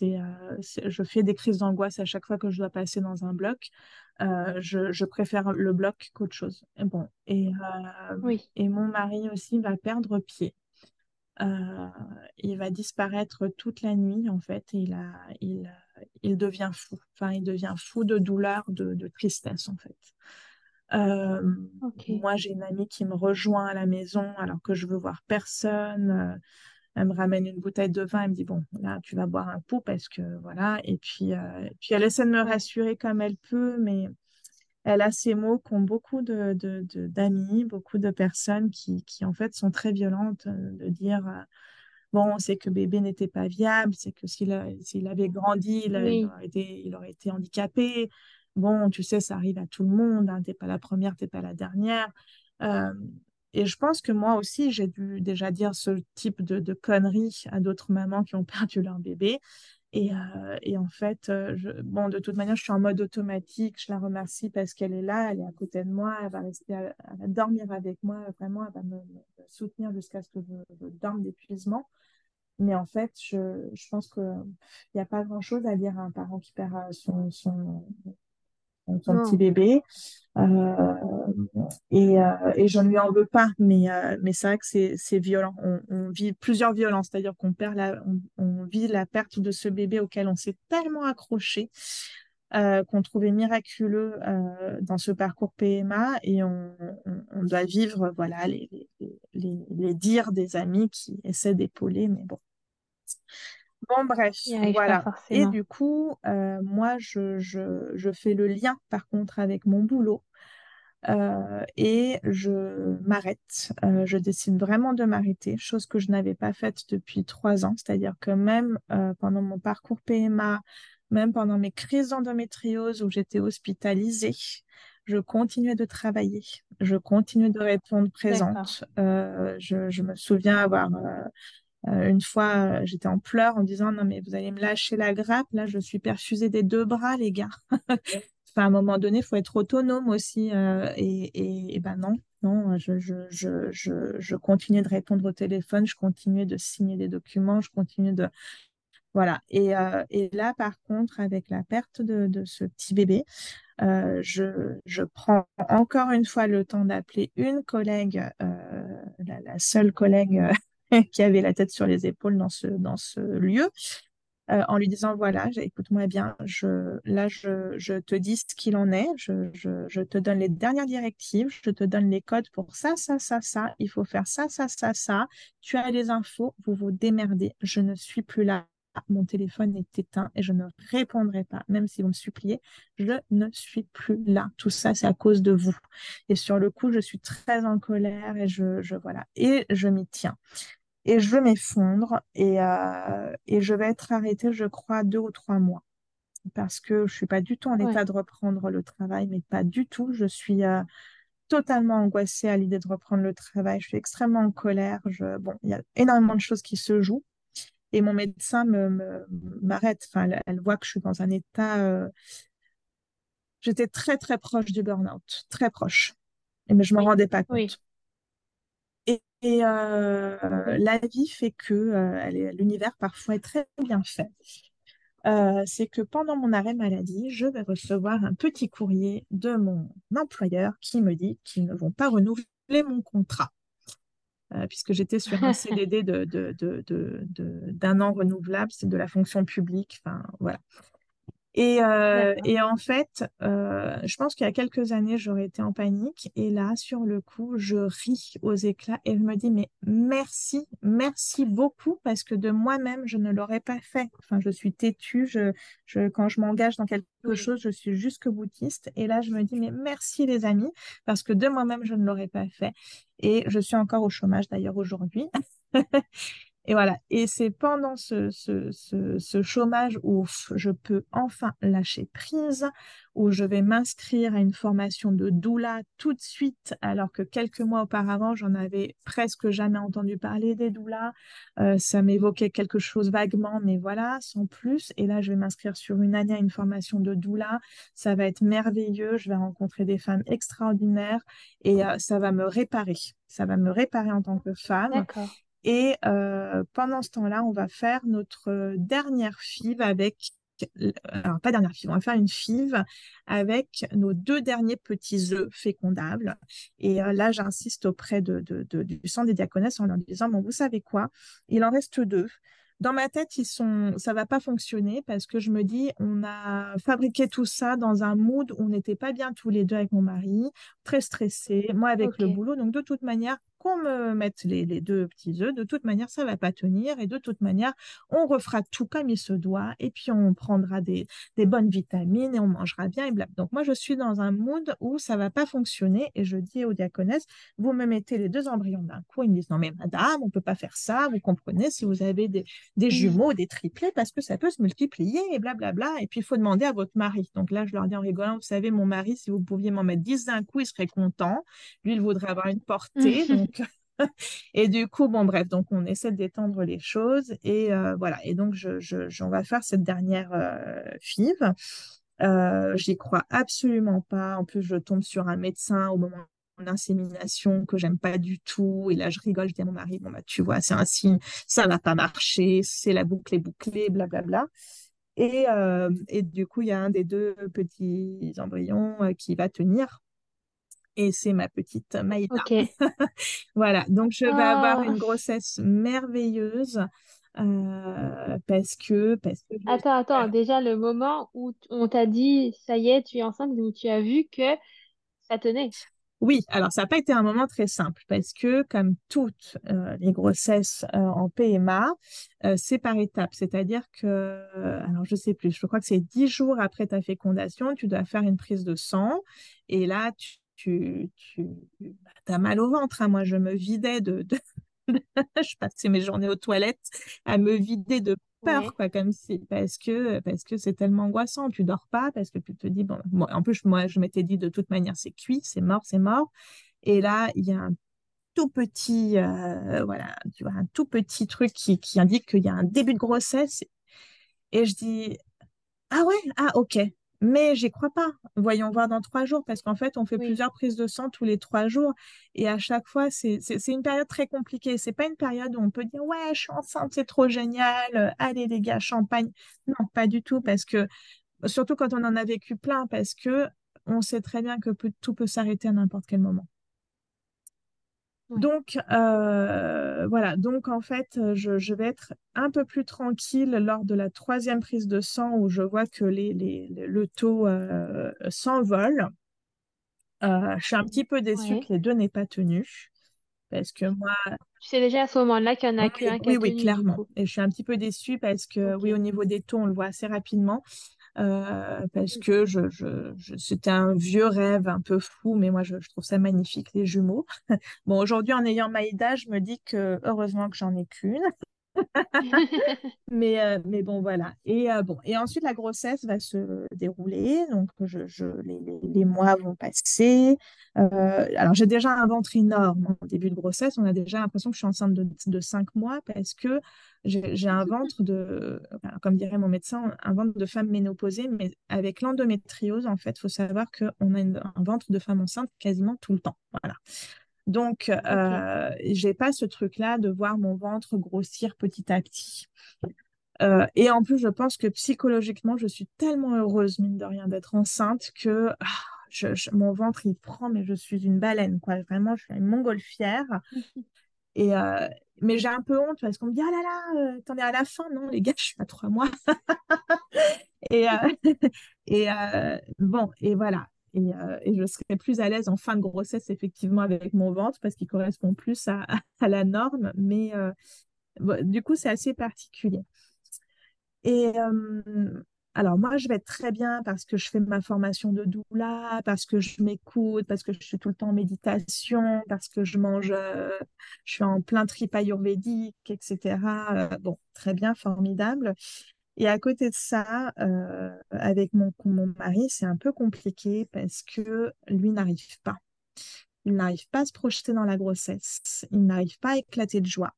je fais des crises d'angoisse à chaque fois que je dois passer dans un bloc. Je préfère le bloc qu'autre chose. Et bon, Oui. et mon mari aussi va perdre pied. Euh, il va disparaître toute la nuit, en fait, et il devient fou. Enfin, il devient fou de douleur, de tristesse, en fait. Euh, Ok. Moi, j'ai une amie qui me rejoint à la maison alors que je veux voir personne. Elle me ramène une bouteille de vin. Elle me dit, bon, là, tu vas boire un coup parce que voilà. Et puis elle essaie de me Ouais. rassurer comme elle peut, mais elle a ces mots qu'ont beaucoup d'amis, beaucoup de personnes qui, en fait, sont très violentes, de dire, bon, c'est que bébé n'était pas viable, c'est que s'il avait grandi, Oui. il aurait été handicapé. Bon, tu sais, ça arrive à tout le monde, hein, t'es pas la première, t'es pas la dernière. Euh, et je pense que moi aussi, j'ai dû déjà dire ce type de conneries à d'autres mamans qui ont perdu leur bébé. Et en fait, bon, de toute manière, je suis en mode automatique. Je la remercie parce qu'elle est là, elle est à côté de moi, elle va rester, elle va dormir avec moi, vraiment, elle va me soutenir jusqu'à ce que je dorme d'épuisement. Mais en fait, je pense qu'il n'y a pas grand-chose à dire à un parent qui perd son petit Non. bébé. Euh, et je ne lui en veux pas, mais c'est vrai que c'est violent. On vit plusieurs violences, c'est-à-dire on vit la perte de ce bébé auquel on s'est tellement accroché, qu'on trouvait miraculeux dans ce parcours PMA, et on doit vivre voilà, les dires des amis qui essaient d'épauler, mais bon. Bon, bref, Il n'y arrive pas voilà. Et forcément. du coup, moi, je fais le lien, par contre, avec mon boulot. Et je m'arrête. Je décide vraiment de m'arrêter, chose que je n'avais pas faite depuis 3 ans. C'est-à-dire que même pendant mon parcours PMA, même pendant mes crises d'endométriose où j'étais hospitalisée, je continuais de travailler, je continuais de répondre D'accord. présente. Je me souviens avoir une fois, j'étais en pleurs en disant non mais vous allez me lâcher la grappe, là je suis perfusée des 2 bras les gars. Enfin, à un moment donné, il faut être autonome aussi. Et ben non, non, je continuais de répondre au téléphone, je continuais de signer des documents, je continuais de... Voilà. Et là, par contre, avec la perte de ce petit bébé, je prends encore une fois le temps d'appeler une collègue, la seule collègue qui avait la tête sur les épaules dans ce lieu, en lui disant, voilà, écoute-moi bien, je te dis ce qu'il en est, je te donne les dernières directives, je te donne les codes pour ça, ça, ça, ça, il faut faire ça, ça, ça, ça, tu as les infos, vous vous démerdez, je ne suis plus là. Mon téléphone est éteint et je ne répondrai pas, même si vous me suppliez, je ne suis plus là. Tout ça, c'est à cause de vous. Et sur le coup, je suis très en colère et voilà. Et je m'y tiens et je m'effondre et je vais être arrêtée, je crois, 2 ou 3 mois parce que je suis pas du tout en Ouais. état de reprendre le travail, mais pas du tout. Je suis totalement angoissée à l'idée de reprendre le travail. Je suis extrêmement en colère. Bon, il y a énormément de choses qui se jouent et mon médecin m'arrête. Enfin, elle voit que je suis dans un état. J'étais très très proche du burn-out, très proche, mais je me Oui. rendais pas Oui. compte. Et Oui. la vie fait que l'univers parfois est très bien fait. C'est que pendant mon arrêt maladie, je vais recevoir un petit courrier de mon employeur qui me dit qu'ils ne vont pas renouveler mon contrat, puisque j'étais sur un CDD d'1 an renouvelable, c'est de la fonction publique, enfin voilà. D'accord. Et en fait, je pense qu'il y a quelques années, j'aurais été en panique. Et là, sur le coup, je ris aux éclats et je me dis, mais merci, merci beaucoup parce que de moi-même, je ne l'aurais pas fait. Enfin, je suis têtue. Quand je m'engage dans quelque Oui. chose, je suis jusque boutiste. Et là, je me dis, mais merci les amis parce que de moi-même, je ne l'aurais pas fait. Et je suis encore au chômage d'ailleurs aujourd'hui. Et voilà. Et c'est pendant ce chômage où je peux enfin lâcher prise, où je vais m'inscrire à une formation de doula tout de suite, alors que quelques mois auparavant, j'en avais presque jamais entendu parler des doulas. Ça m'évoquait quelque chose vaguement, mais voilà, sans plus. Et là, je vais m'inscrire sur une année à une formation de doula. Ça va être merveilleux. Je vais rencontrer des femmes extraordinaires et ça va me réparer. Ça va me réparer en tant que femme. D'accord. Et pendant ce temps-là, on va faire notre dernière FIV avec, alors pas dernière FIV, on va faire une FIV avec nos 2 derniers petits œufs fécondables. Et là, j'insiste auprès du centre des diaconesses en leur disant, bon, vous savez quoi, il en reste 2. Dans ma tête, ça va pas fonctionner parce que je me dis, on a fabriqué tout ça dans un mood où on n'était pas bien tous les deux avec mon mari, très stressé, moi avec le Ok. boulot. Donc, de toute manière, qu'on me mette les 2 petits œufs, de toute manière, ça va pas tenir. Et de toute manière, on refera tout comme il se doit. Et puis, on prendra des bonnes vitamines et on mangera bien et blabla. Donc, moi, je suis dans un mood où ça va pas fonctionner. Et je dis aux diaconesses, vous me mettez les 2 embryons d'un coup. Ils me disent, non, mais madame, on peut pas faire ça. Vous comprenez, si vous avez des Mhm. jumeaux, des triplés, parce que ça peut se multiplier et blablabla. Et puis, il faut demander à votre mari. Donc là, je leur dis en rigolant, vous savez, mon mari, si vous pouviez m'en mettre 10 d'un coup, il serait content. Lui, il voudrait avoir une portée. Donc, et du coup, bon, bref, donc on essaie d'étendre les choses. Et voilà. Et donc, on va faire cette dernière FIV. J'y crois absolument pas. En plus, je tombe sur un médecin au moment d'insémination que j'aime pas du tout. Et là, je rigole, je dis à mon mari, bon, bah, tu vois, c'est un signe, ça va pas marcher, c'est la boucle est bouclée, blablabla. Et du coup, il y a un des 2 petits embryons qui va tenir. Et c'est ma petite Maïda. Ok. Voilà, donc je vais avoir Oh. une grossesse merveilleuse parce que Attends, attends. Déjà, le moment où on t'a dit, ça y est, tu es enceinte, où tu as vu que ça tenait. oui, alors ça n'a pas été un moment très simple parce que comme toutes les grossesses en PMA, c'est par étapes. C'est-à-dire que, alors je sais plus, je crois que c'est 10 jours après ta fécondation, tu dois faire une prise de sang et là, tu as mal au ventre, hein. Moi, je me vidais je passais mes journées aux toilettes à me vider de peur, Ouais. quoi, comme si, parce que c'est tellement angoissant. Tu dors pas parce que tu te dis, bon, en plus, moi, je m'étais dit, de toute manière, c'est cuit, c'est mort, c'est mort. Et là, il y a un tout petit, voilà, tu vois, un tout petit truc qui indique qu'il y a un début de grossesse. Et je dis, ah ouais, ah ok. Mais j'y crois pas. Voyons voir dans 3 jours, parce qu'en fait, on fait Oui. plusieurs prises de sang tous les 3 jours. Et à chaque fois, c'est une période très compliquée. C'est pas une période où on peut dire, ouais, je suis enceinte, c'est trop génial. Allez, les gars, champagne. Non, pas du tout, parce que, surtout quand on en a vécu plein, parce que on sait très bien que tout peut s'arrêter à n'importe quel moment. Ouais. Donc, voilà. Donc, en fait, je vais être un peu plus tranquille lors de la troisième prise de sang où je vois que le taux s'envole. Je suis un petit peu déçue Ouais. que les deux n'aient pas tenu parce que moi, Tu sais déjà à ce moment-là qu'il y en a oui, qu'un qui a oui, oui, tenu, du clairement. coup. Et je suis un petit peu déçue parce que, oui, au Ok. niveau des taux, on le voit assez rapidement. Parce que c'était un vieux rêve un peu fou, mais moi, je trouve ça magnifique, les jumeaux. Bon, aujourd'hui, en ayant Maïda, je me dis que heureusement que j'en ai qu'une. Mais bon, voilà. Et ensuite, la grossesse va se dérouler. Donc, les mois vont passer. Alors, j'ai déjà un ventre énorme en début de grossesse. On a déjà l'impression que je suis enceinte de 5 mois parce que j'ai un ventre enfin, comme dirait mon médecin, un ventre de femme ménopausée. Mais avec l'endométriose, en fait, il faut savoir qu'on a un ventre de femme enceinte quasiment tout le temps. Voilà. Donc, Ok. j'ai pas ce truc-là de voir mon ventre grossir petit à petit. Et en plus, je pense que psychologiquement, je suis tellement heureuse, mine de rien, d'être enceinte que mon ventre, il prend, mais je suis une baleine, quoi. Vraiment, je suis une montgolfière. Et, mais j'ai un peu honte parce qu'on me dit, ah là là, t'en es à la fin. Non, les gars, je suis à 3 mois. Et, bon, et voilà. Et je serais plus à l'aise en fin de grossesse, effectivement, avec mon ventre parce qu'il correspond plus à la norme. Mais bon, du coup, c'est assez particulier. Et alors, moi, je vais être très bien parce que je fais ma formation de doula, parce que je m'écoute, parce que je suis tout le temps en méditation, parce que je mange, je suis en plein trip ayurvédique, etc. Bon, très bien, formidable. Et à côté de ça, avec mon mari, c'est un peu compliqué parce que lui n'arrive pas. Il n'arrive pas à se projeter dans la grossesse. Il n'arrive pas à éclater de joie.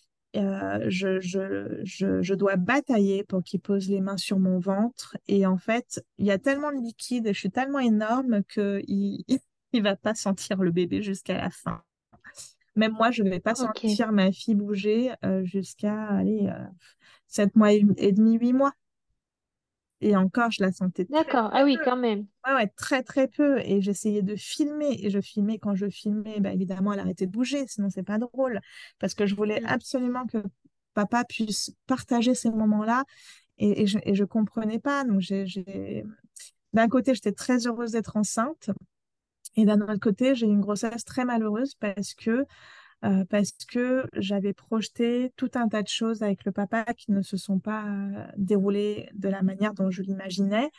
Je dois batailler pour qu'il pose les mains sur mon ventre. Et en fait, il y a tellement de liquide et je suis tellement énorme qu'il il va pas sentir le bébé jusqu'à la fin. Même moi, je ne vais pas Ok. sentir ma fille bouger jusqu'à allez, 7 mois et demi, 8 mois. Et encore, je la sentais très, D'accord. très Ah oui, peu. quand même. Ouais, ouais, très, très peu. Et j'essayais de filmer. Et je filmais. Quand je filmais, bah, évidemment, elle arrêtait de bouger. Sinon, c'est pas drôle. Parce que je voulais Mm. absolument que papa puisse partager ces moments-là. Et je comprenais pas. Donc, d'un côté, j'étais très heureuse d'être enceinte. Et d'un autre côté, j'ai eu une grossesse très malheureuse parce que j'avais projeté tout un tas de choses avec le papa qui ne se sont pas déroulées de la manière dont je l'imaginais.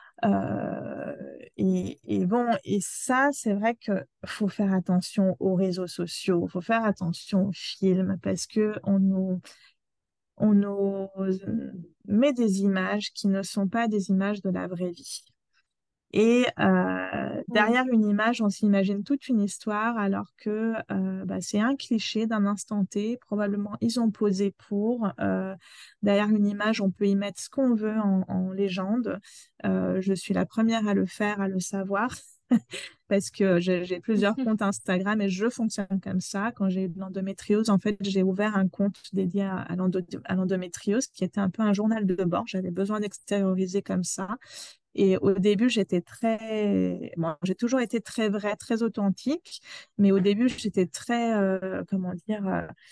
Et bon, et ça, c'est vrai que faut faire attention aux réseaux sociaux, faut faire attention aux films parce que on nous met des images qui ne sont pas des images de la vraie vie. Et Oui. derrière une image, on s'imagine toute une histoire, alors que bah, c'est un cliché d'un instant T. Probablement, ils ont posé pour. Derrière une image, on peut y mettre ce qu'on veut en légende. Je suis la première à le faire, à le savoir, parce que j'ai plusieurs comptes Instagram et je fonctionne comme ça. Quand j'ai eu de l'endométriose, en fait, j'ai ouvert un compte dédié à l'endométriose, qui était un peu un journal de bord. J'avais besoin d'extérioriser comme ça. Et au début, bon, j'ai toujours été très vraie, très authentique, mais au début, j'étais très, comment dire,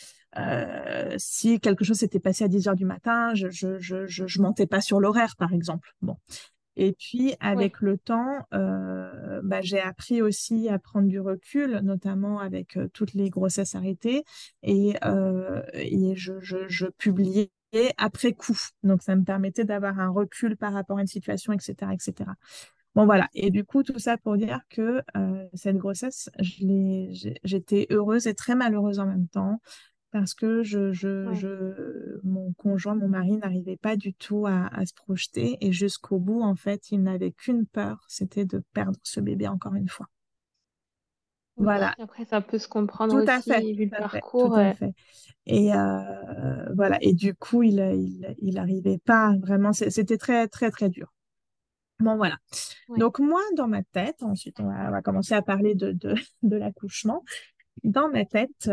si quelque chose s'était passé à 10 heures du matin, je mentais pas sur l'horaire, par exemple. Bon. Et puis, Ouais. avec le temps, bah, j'ai appris aussi à prendre du recul, notamment avec toutes les grossesses arrêtées, et je publiais après coup. Donc, ça me permettait d'avoir un recul par rapport à une situation, etc., etc. Bon, voilà. Et du coup, tout ça pour dire que cette grossesse, j'étais heureuse et très malheureuse en même temps parce que Ouais. mon conjoint, mon mari, n'arrivait pas du tout à se projeter. Et jusqu'au bout, en fait, il n'avait qu'une peur, c'était de perdre ce bébé encore une fois. Oui, Voilà, après ça peut se comprendre tout à fait, aussi vu le tout à fait, tout parcours. à fait. Et voilà. Et du coup, il arrivait pas vraiment. C'était très, très, très dur. Bon, voilà. Ouais. Donc, moi, dans ma tête, ensuite, on va commencer à parler de l'accouchement. Dans ma tête,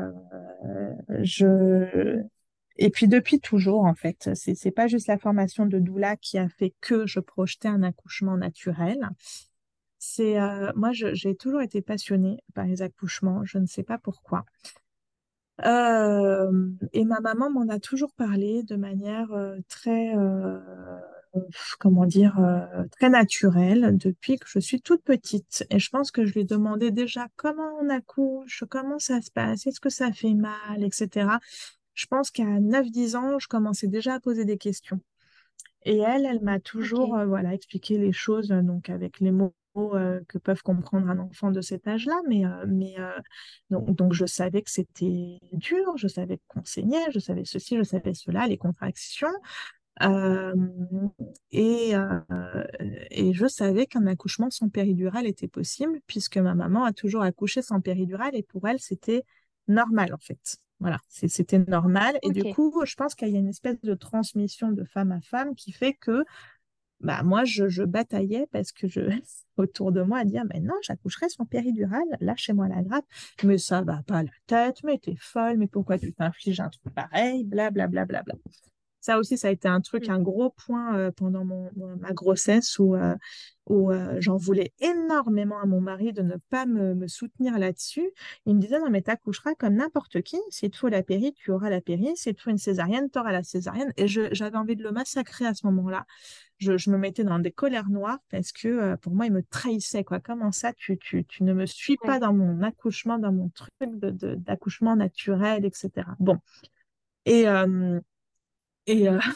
je... Et puis, depuis toujours, en fait, c'est pas juste la formation de doula qui a fait que je projetais un accouchement naturel. Moi, j'ai toujours été passionnée par les accouchements. Je ne sais pas pourquoi. Et ma maman m'en a toujours parlé de manière très, comment dire, très naturelle depuis que je suis toute petite. Et je pense que je lui demandais déjà comment on accouche, comment ça se passe, est-ce que ça fait mal, etc. Je pense qu'à 9 10 ans, je commençais déjà à poser des questions. Et elle m'a toujours Ok. voilà, expliqué les choses donc avec les mots que peuvent comprendre un enfant de cet âge-là. Donc, je savais que c'était dur, je savais qu'on saignait, je savais ceci, je savais cela, les contractions. Euh, et, euh, et je savais qu'un accouchement sans péridurale était possible, puisque ma maman a toujours accouché sans péridurale, et pour elle, c'était normal, en fait. Voilà, c'était normal. Et du Ok. coup, je pense qu'il y a une espèce de transmission de femme à femme qui fait que bah, moi, je bataillais parce que autour de moi, à dire, mais non, j'accoucherai sans péridurale, lâchez-moi la grappe, mais ça va pas à la tête, mais t'es folle, mais pourquoi tu t'infliges un truc pareil, bla, bla, bla, bla, bla. Ça aussi, ça a été un truc, Hmm. un gros point pendant ma grossesse où j'en voulais énormément à mon mari de ne pas me soutenir là-dessus. Il me disait, non, mais t'accoucheras comme n'importe qui. S'il te faut la péri, tu auras la péri. S'il te faut une césarienne, tu auras la césarienne. Et j'avais envie de le massacrer à ce moment-là. Je me mettais dans des colères noires parce que pour moi, il me trahissait, quoi. Comment ça, tu ne me suis pas Ouais. dans mon accouchement, dans mon truc d'accouchement naturel, etc. Bon. Et, euh, et, euh,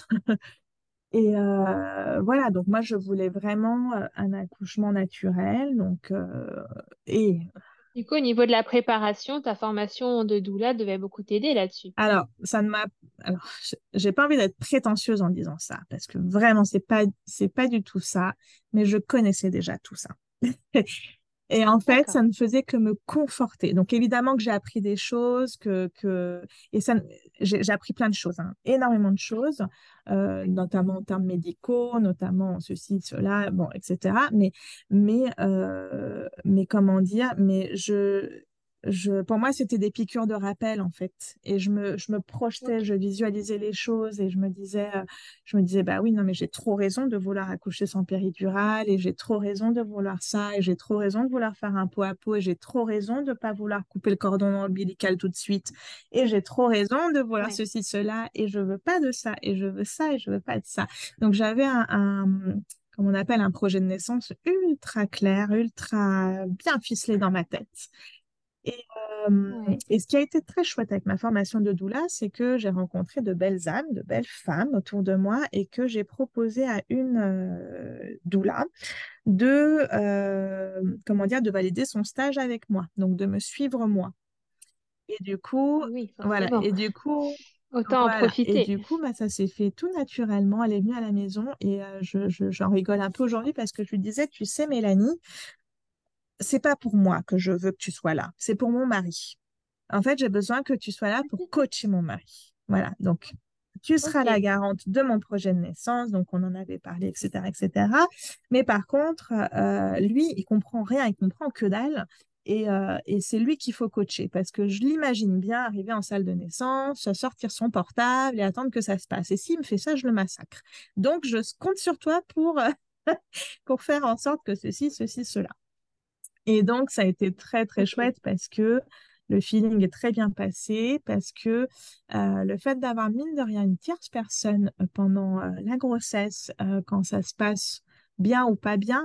voilà, donc moi je voulais vraiment un accouchement naturel. Et Du coup, au niveau de la préparation, ta formation de doula devait beaucoup t'aider là-dessus. alors, ça ne m'a. Alors, j'ai pas envie d'être prétentieuse en disant ça, parce que vraiment, c'est pas du tout ça, mais je connaissais déjà tout ça. Et en fait, D'accord. ça ne faisait que me conforter. Donc, évidemment que j'ai appris des choses, et j'ai appris plein de choses, hein, énormément de choses, notamment en termes médicaux, notamment ceci, cela, bon, etc. Mais comment dire, pour moi, c'était des piqûres de rappel, en fait. Et je me projetais, Ok. je visualisais les choses et je me disais, bah oui, non, mais j'ai trop raison de vouloir accoucher sans péridurale et j'ai trop raison de vouloir ça et j'ai trop raison de vouloir faire un pot à pot et j'ai trop raison de ne pas vouloir couper le cordon ombilical tout de suite et j'ai trop raison de vouloir Ouais. ceci, cela et je veux pas de ça et je veux ça et je veux pas de ça. Donc j'avais comme on appelle un projet de naissance ultra clair, ultra bien ficelé dans ma tête. Et, Ouais. et ce qui a été très chouette avec ma formation de doula, c'est que j'ai rencontré de belles âmes, de belles femmes autour de moi et que j'ai proposé à une doula comment dire, de valider son stage avec moi, donc de me suivre moi. Et du coup, Ah oui, voilà, forcément. Autant en et profiter. du coup, bah, ça s'est fait tout naturellement. Elle est venue à la maison et j'en rigole un peu aujourd'hui parce que je lui disais, tu sais, Mélanie, c'est pas pour moi que je veux que tu sois là, c'est pour mon mari. En fait, j'ai besoin que tu sois là pour coacher mon mari. Voilà, donc tu seras la Ok. garante de mon projet de naissance, donc on en avait parlé, etc., etc. Mais par contre, lui, il comprend rien, il comprend que dalle. Et c'est lui qu'il faut coacher parce que je l'imagine bien arriver en salle de naissance, sortir son portable et attendre que ça se passe. Et s'il me fait ça, je le massacre. Donc, je compte sur toi pour faire en sorte que ceci, cela. Et donc, ça a été très, très Ok. chouette parce que le feeling est très bien passé, parce que le fait d'avoir, mine de rien, une tierce personne pendant la grossesse, quand ça se passe bien ou pas bien,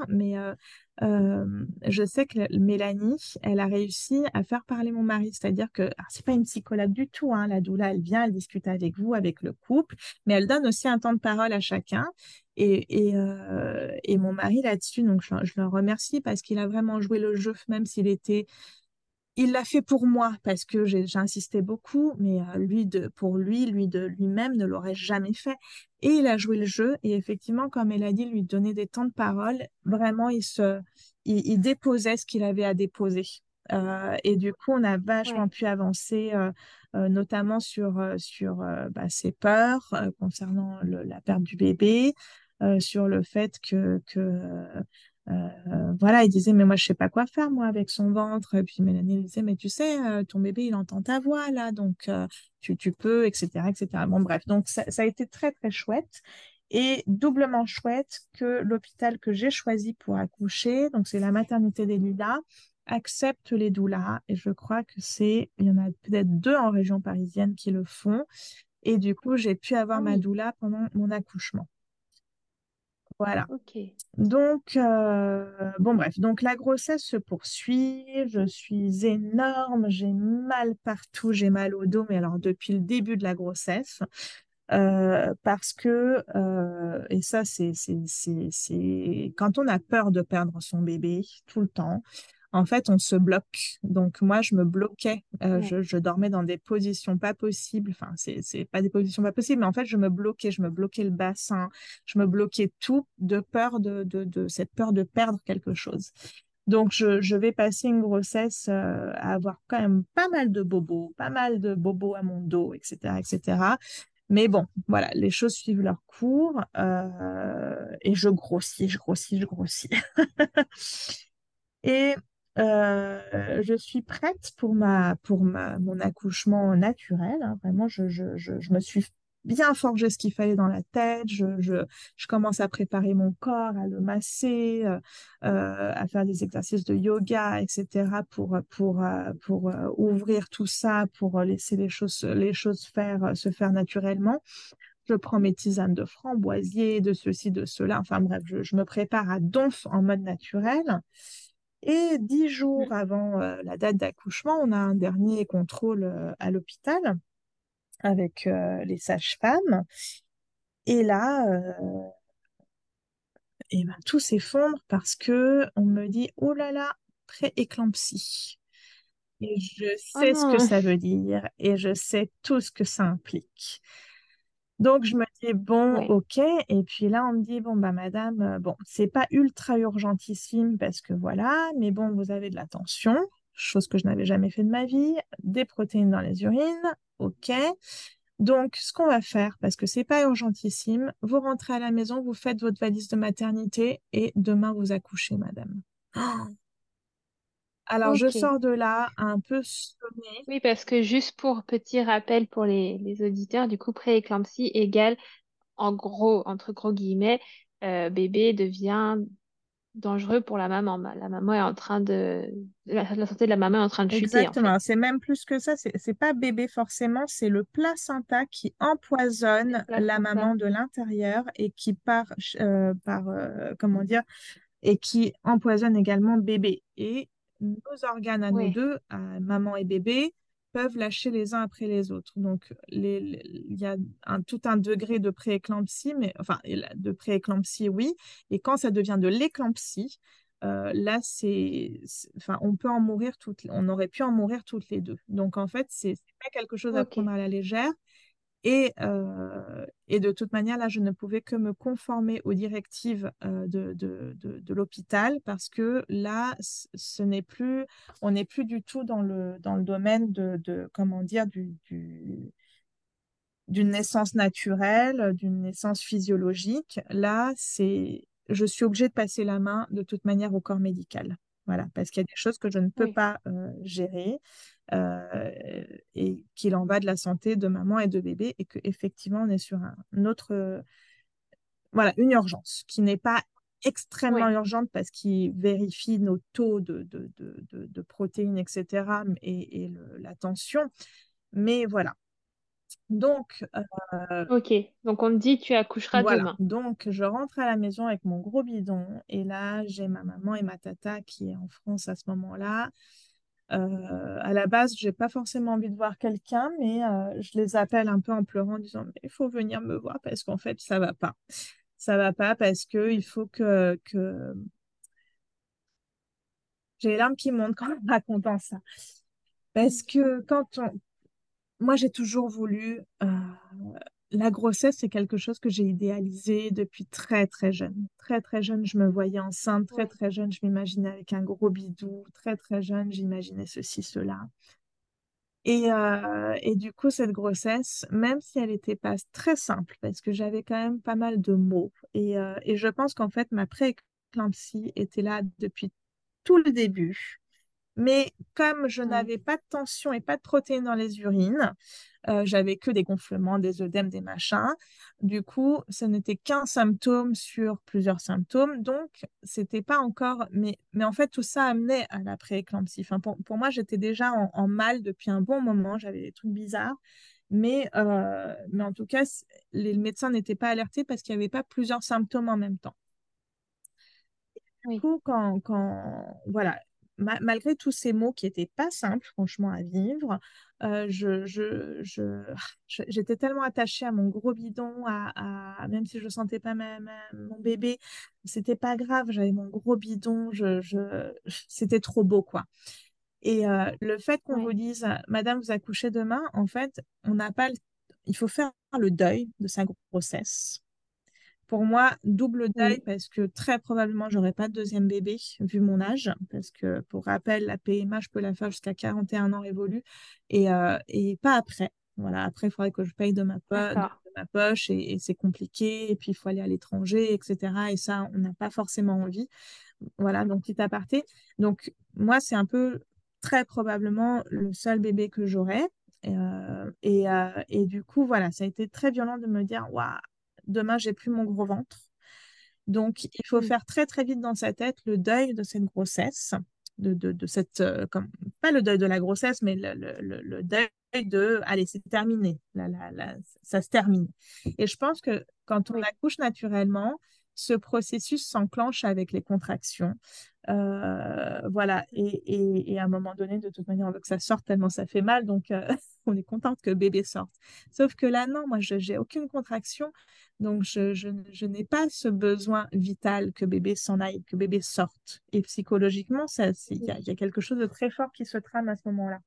je sais que Mélanie, elle a réussi à faire parler mon mari, c'est-à-dire que, alors, c'est pas une psychologue du tout, hein, la doula, elle vient, elle discute avec vous, avec le couple, mais elle donne aussi un temps de parole à chacun. Et mon mari là-dessus, donc je le remercie parce qu'il a vraiment joué le jeu, même s'il était il l'a fait pour moi parce que j'ai insisté beaucoup, mais pour lui de lui-même ne l'aurait jamais fait. Et il a joué le jeu et effectivement, comme elle a dit, lui donner des temps de parole, vraiment, il déposait ce qu'il avait à déposer. Et du coup, on a vachement Ouais. pu avancer, notamment sur ses peurs concernant la perte du bébé, sur le fait voilà, il disait, mais moi, je sais pas quoi faire, moi, avec son ventre. Et puis Mélanie lui disait, mais tu sais, ton bébé, il entend ta voix, là, donc tu peux, etc., etc. Bon, bref, donc ça a été très, très chouette. Et doublement chouette que l'hôpital que j'ai choisi pour accoucher, donc c'est la maternité des Lilas, accepte les doulas. Et je crois il y en a peut-être deux en région parisienne qui le font. Et du coup, j'ai pu avoir Ah ma oui, doula pendant mon accouchement. Voilà. ok. Donc, bon, bref, donc la grossesse se poursuit, je suis énorme, j'ai mal partout, j'ai mal au dos, mais alors depuis le début de la grossesse, parce que, et ça, quand on a peur de perdre son bébé tout le temps, en fait, on se bloque. Donc, moi, je me bloquais. Ouais. Je dormais dans des positions pas possibles. Enfin, c'est pas des positions pas possibles, mais en fait, je me bloquais. Je me bloquais le bassin. Je me bloquais tout de peur de cette peur de perdre quelque chose. Donc, je vais passer une grossesse à avoir quand même pas mal de bobos à mon dos, etc., etc. Mais bon, voilà, les choses suivent leur cours et je grossis, je grossis, je grossis. Et je suis prête mon accouchement naturel, hein. Vraiment, je me suis bien forgé ce qu'il fallait dans la tête. Je commence à préparer mon corps, à le masser, à faire des exercices de yoga, etc. pour ouvrir tout ça, pour laisser les choses se faire naturellement. Je prends mes tisanes de framboisier, de ceci, de cela. Enfin bref, je me prépare à donf en mode naturel. Et 10 jours Mhm. avant la date d'accouchement, on a un dernier contrôle à l'hôpital avec les sages-femmes. Et là, eh ben, tout s'effondre parce que on me dit, oh là là, pré-éclampsie. Et je Oh sais ce que non. ça veut dire et je sais tout ce que ça implique. Donc, je me dis, bon, Ouais. ok. Et puis là, on me dit, bon, bah, madame, bon, c'est pas ultra urgentissime parce que voilà, mais bon, vous avez de la tension, chose que je n'avais jamais fait de ma vie, des protéines dans les urines, ok. Donc, ce qu'on va faire, parce que c'est pas urgentissime, vous rentrez à la maison, vous faites votre valise de maternité et demain, vous accouchez, madame. Oh. Alors, je Ok. sors de là un peu sonnée. Oui, parce que juste pour petit rappel pour les auditeurs, du coup, pré-éclampsie égale, en gros, entre gros guillemets, bébé devient dangereux pour la maman. La maman est en train la santé de la maman est en train de chuter, en fait. Exactement, c'est même plus que ça, c'est pas bébé forcément, c'est le placenta qui Le empoisonne la placenta. maman de l'intérieur et qui comment dire, et qui empoisonne également bébé. Et nos organes à nous Ouais. deux, à maman et bébé, peuvent lâcher les uns après les autres. Donc, il y a tout un degré de prééclampsie, mais enfin, de prééclampsie, oui. Et quand ça devient de l'éclampsie, là, enfin, on peut en mourir on aurait pu en mourir toutes les deux. Donc, en fait, c'est pas quelque chose à Ok. prendre à la légère. Et de toute manière, là, je ne pouvais que me conformer aux directives de l'hôpital parce que là, on n'est plus du tout dans le domaine comment dire, d'une naissance naturelle, d'une naissance physiologique. Là, je suis obligée de passer la main de toute manière au corps médical. Voilà, parce qu'il y a des choses que je ne peux Oui. pas gérer euh, et qu'il en va de la santé de maman et de bébé et qu'effectivement, on est sur voilà, une urgence qui n'est pas extrêmement Oui. urgente parce qu'il vérifie nos taux de protéines, etc. La tension. Mais voilà. Donc, Ok. Donc on te dit tu accoucheras voilà, demain. donc je rentre à la maison avec mon gros bidon et là j'ai ma maman et ma tata qui est en France à ce moment-là. À la base, j'ai pas forcément envie de voir quelqu'un, mais je les appelle un peu en pleurant en disant mais il faut venir me voir parce qu'en fait ça va pas. Ça va pas parce que il faut que... J'ai les larmes qui montent quand en racontant ça. Parce que moi, j'ai toujours voulu... la grossesse, c'est quelque chose que j'ai idéalisé depuis très, très jeune. Très, très jeune, je me voyais enceinte. Très, Oui, très jeune, je m'imaginais avec un gros bidou. Très, très jeune, j'imaginais ceci, cela. Et du coup, cette grossesse, même si elle n'était pas très simple, parce que j'avais quand même pas mal de maux, et je pense qu'en fait, ma pré-éclampsie était là depuis tout le début. Mais comme je oui, n'avais pas de tension et pas de protéines dans les urines, j'avais que des gonflements, des œdèmes, des machins. Du coup, ce n'était qu'un symptôme sur plusieurs symptômes. Donc, c'était pas encore. Mais en fait, tout ça amenait à la prééclampsie. Enfin, pour moi, j'étais déjà en mal depuis un bon moment. J'avais des trucs bizarres. Mais en tout cas, les médecins n'étaient pas alertés parce qu'il n'y avait pas plusieurs symptômes en même temps. oui, Coup, voilà, malgré tous ces mots qui n'étaient pas simples, franchement, à vivre, j'étais tellement attachée à mon gros bidon, même si je sentais pas mon bébé, c'était pas grave, j'avais mon gros bidon, c'était trop beau, quoi. Et le fait qu'on vous oui, dise, Madame, vous accouchez demain, en fait, on n'a pas il faut faire le deuil de sa grossesse. Pour moi, double deuil oui, parce que très probablement, j'aurai pas de deuxième bébé vu mon âge. Parce que pour rappel, la PMA, je peux la faire jusqu'à 41 ans révolus et pas après. Voilà, après, il faudrait que je paye de d'accord. ma poche et c'est compliqué. Et puis, il faut aller à l'étranger, etc. Et ça, on n'a pas forcément envie. Voilà, donc petit aparté. Donc, moi, c'est un peu très probablement le seul bébé que j'aurai. Et du coup, voilà, ça a été très violent de me dire, waouh, demain, j'ai plus mon gros ventre. Donc, il faut Mm. faire très, très vite dans sa tête le deuil de cette grossesse, de cette, pas le deuil de la grossesse, mais le deuil de, allez, c'est terminé, ça se termine. Et je pense que quand on Oui, accouche naturellement, ce processus s'enclenche avec les contractions. Voilà, et à un moment donné, de toute manière, on veut que ça sorte tellement ça fait mal, donc on est contente que bébé sorte. Sauf que là, non, moi, je j'ai aucune contraction, donc je n'ai pas ce besoin vital que bébé s'en aille, que bébé sorte. Et psychologiquement, il y a quelque chose de très fort qui se trame à ce moment-là.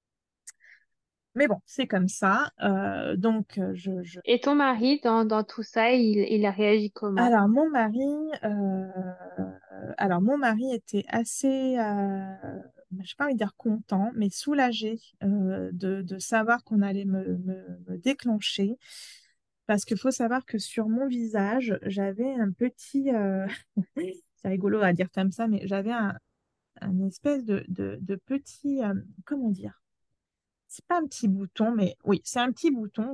Mais bon, c'est comme ça. Donc, et ton mari, dans tout ça, il a réagi comment? Alors, euh, mon mari était assez, je sais pas envie de dire content, mais soulagé de savoir qu'on allait me déclencher. Parce qu'il faut savoir que sur mon visage, j'avais un petit, c'est rigolo à dire comme ça, mais j'avais un espèce de petit, comment dire? C'est pas un petit bouton, mais oui, c'est un petit bouton,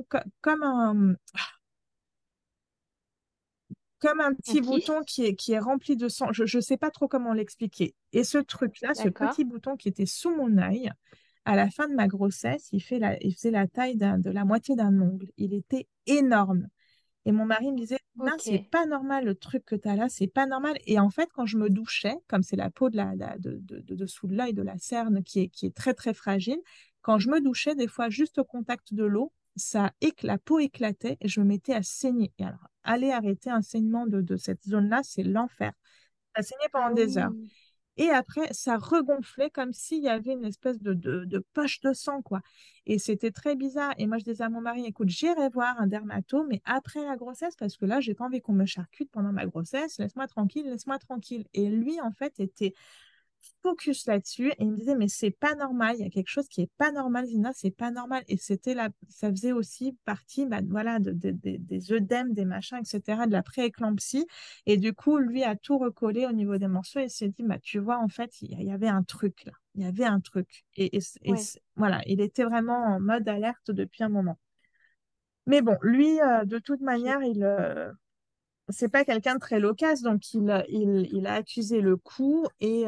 comme un Un petit bouton kyste? qui est rempli de sang. Je ne sais pas trop comment l'expliquer. Et ce truc-là, ce D'accord. petit bouton qui était sous mon œil, à la fin de ma grossesse, il faisait la taille de la moitié d'un ongle. Il était énorme. Et mon mari me disait, non, c'est Ok. pas normal le truc que tu as là, c'est pas normal. Et en fait, quand je me douchais, comme c'est la peau de dessous de l'œil, de la cerne qui est très très fragile, quand je me douchais, des fois juste au contact de l'eau, la peau éclatait et je me mettais à saigner. Et alors, aller arrêter un saignement de cette zone-là, c'est l'enfer. Ça saignait pendant Ah des heures. oui. Et après, ça regonflait comme s'il y avait une espèce de poche de sang, quoi. Et c'était très bizarre. Et moi, je disais à mon mari, écoute, j'irai voir un dermato, mais après la grossesse, parce que là, j'ai pas envie qu'on me charcute pendant ma grossesse. Laisse-moi tranquille, laisse-moi tranquille. Et lui, en fait, était focus là-dessus et il me disait, mais c'est pas normal, il y a quelque chose qui est pas normal, Zina, c'est pas normal. Et ça faisait aussi partie, bah, voilà, des œdèmes, des machins, etc., de la prééclampsie. Et du coup, lui a tout recollé au niveau des morceaux et s'est dit, bah, tu vois, en fait, il y avait un truc là. Il y avait un truc. Oui. Voilà, il était vraiment en mode alerte depuis un moment. Mais bon, lui, de toute Ok. manière, c'est pas quelqu'un de très loquace, donc il a accusé le coup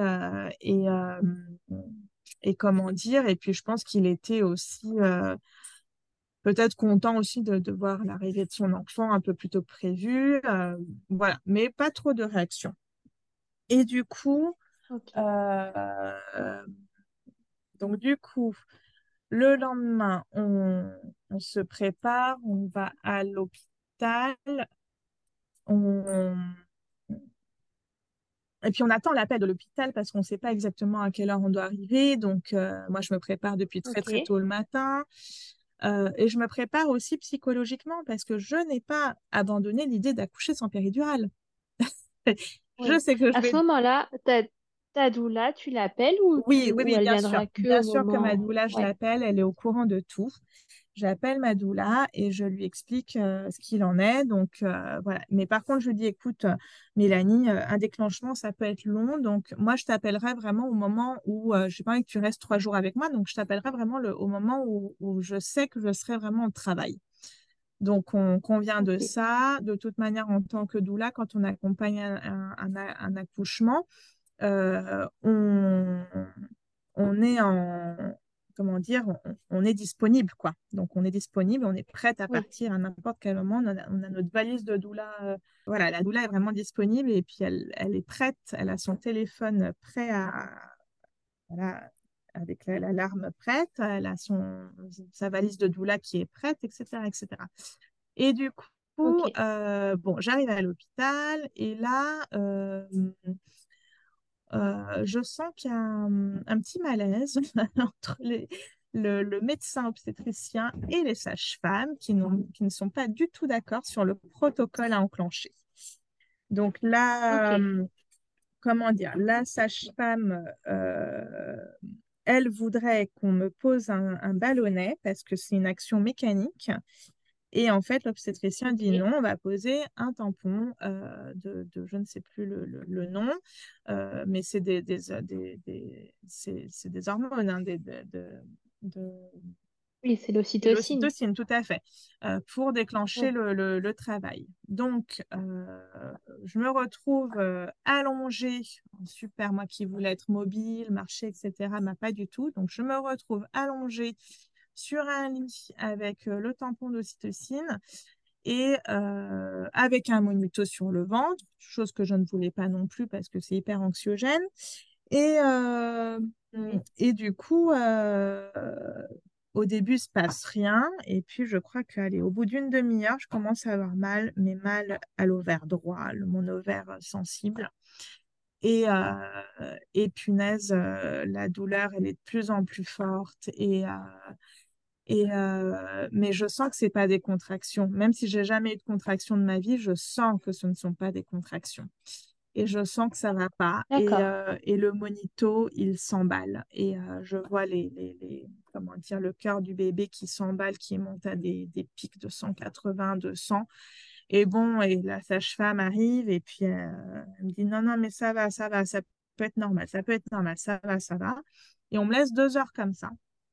et comment dire, et puis je pense qu'il était aussi peut-être content aussi de voir l'arrivée de son enfant un peu plus tôt que prévu, voilà, mais pas trop de réaction. Et du coup, Ok. euh, donc du coup, le lendemain, on se prépare, on va à l'hôpital. on... Et puis on attend l'appel de l'hôpital parce qu'on ne sait pas exactement à quelle heure on doit arriver. Donc moi, je me prépare depuis très Ok, très tôt le matin. Et je me prépare aussi psychologiquement parce que je n'ai pas abandonné l'idée d'accoucher sans péridurale. Je oui. sais que je À vais ce moment-là, ta doula, tu l'appelles Oui, oui, ou oui, elle bien sûr. viendra que Bien au sûr que ma moment... doula, je Ouais, l'appelle, elle est au courant de tout. J'appelle ma doula et je lui explique ce qu'il en est. Donc, voilà. Mais par contre, je lui dis, écoute, Mélanie, un déclenchement, ça peut être long. Donc, moi, je t'appellerai vraiment au moment où, je n'ai pas envie que tu restes 3 jours avec moi. Donc, je t'appellerai vraiment au moment où je sais que je serai vraiment au travail. Donc, on convient de ok, ça. De toute manière, en tant que doula, quand on accompagne un accouchement, euh, on, on est comment dire, on est disponible, quoi. Donc, on est disponible, on est prête à oui, partir à n'importe quel moment. On a notre valise de doula. Voilà, la doula est vraiment disponible et puis elle est prête. Elle a son téléphone prêt voilà, avec l'alarme prête. Elle a sa valise de doula qui est prête, etc., etc. Et du coup, ok, bon, j'arrive à l'hôpital et là, je sens qu'il y a un petit malaise entre le médecin obstétricien et les sages-femmes qui ne sont pas du tout d'accord sur le protocole à enclencher. Donc ok, là, comment dire, la sage-femme, elle voudrait qu'on me pose un ballonnet parce que c'est une action mécanique. Et en fait, l'obstétricien dit ok. non, on va poser un tampon je ne sais plus le nom, mais c'est c'est des hormones, hein, de- Oui, c'est de l'ocytocine. l'ocytocine, tout à fait, pour déclencher Ouais, le travail. Donc, je me retrouve allongée, super, moi qui voulais être mobile, marcher, etc., mais pas du tout. Donc, je me retrouve allongée sur un lit avec le tampon d'ocytocine et avec un monito sur le ventre, chose que je ne voulais pas non plus parce que c'est hyper anxiogène. Et, euh, ouais. et du coup, au début, il se passe rien. Et puis, je crois qu'allez, au bout d'une demi-heure, je commence à avoir mal, mais mal à l'ovaire droit, mon ovaire sensible. Et punaise, la douleur, elle est de plus en plus forte. Mais je sens que c'est pas des contractions. Même si j'ai jamais eu de contractions de ma vie, je sens que ce ne sont pas des contractions. Et je sens que ça va pas. D'accord. Et le monito, il s'emballe. Et je vois comment dire, le cœur du bébé qui s'emballe, qui monte à des pics de 180, 200. Et bon, et la sage-femme arrive et puis elle me dit non, non, mais ça va, ça peut être normal, ça peut être normal, ça va, ça va. Et on me laisse 2 heures comme ça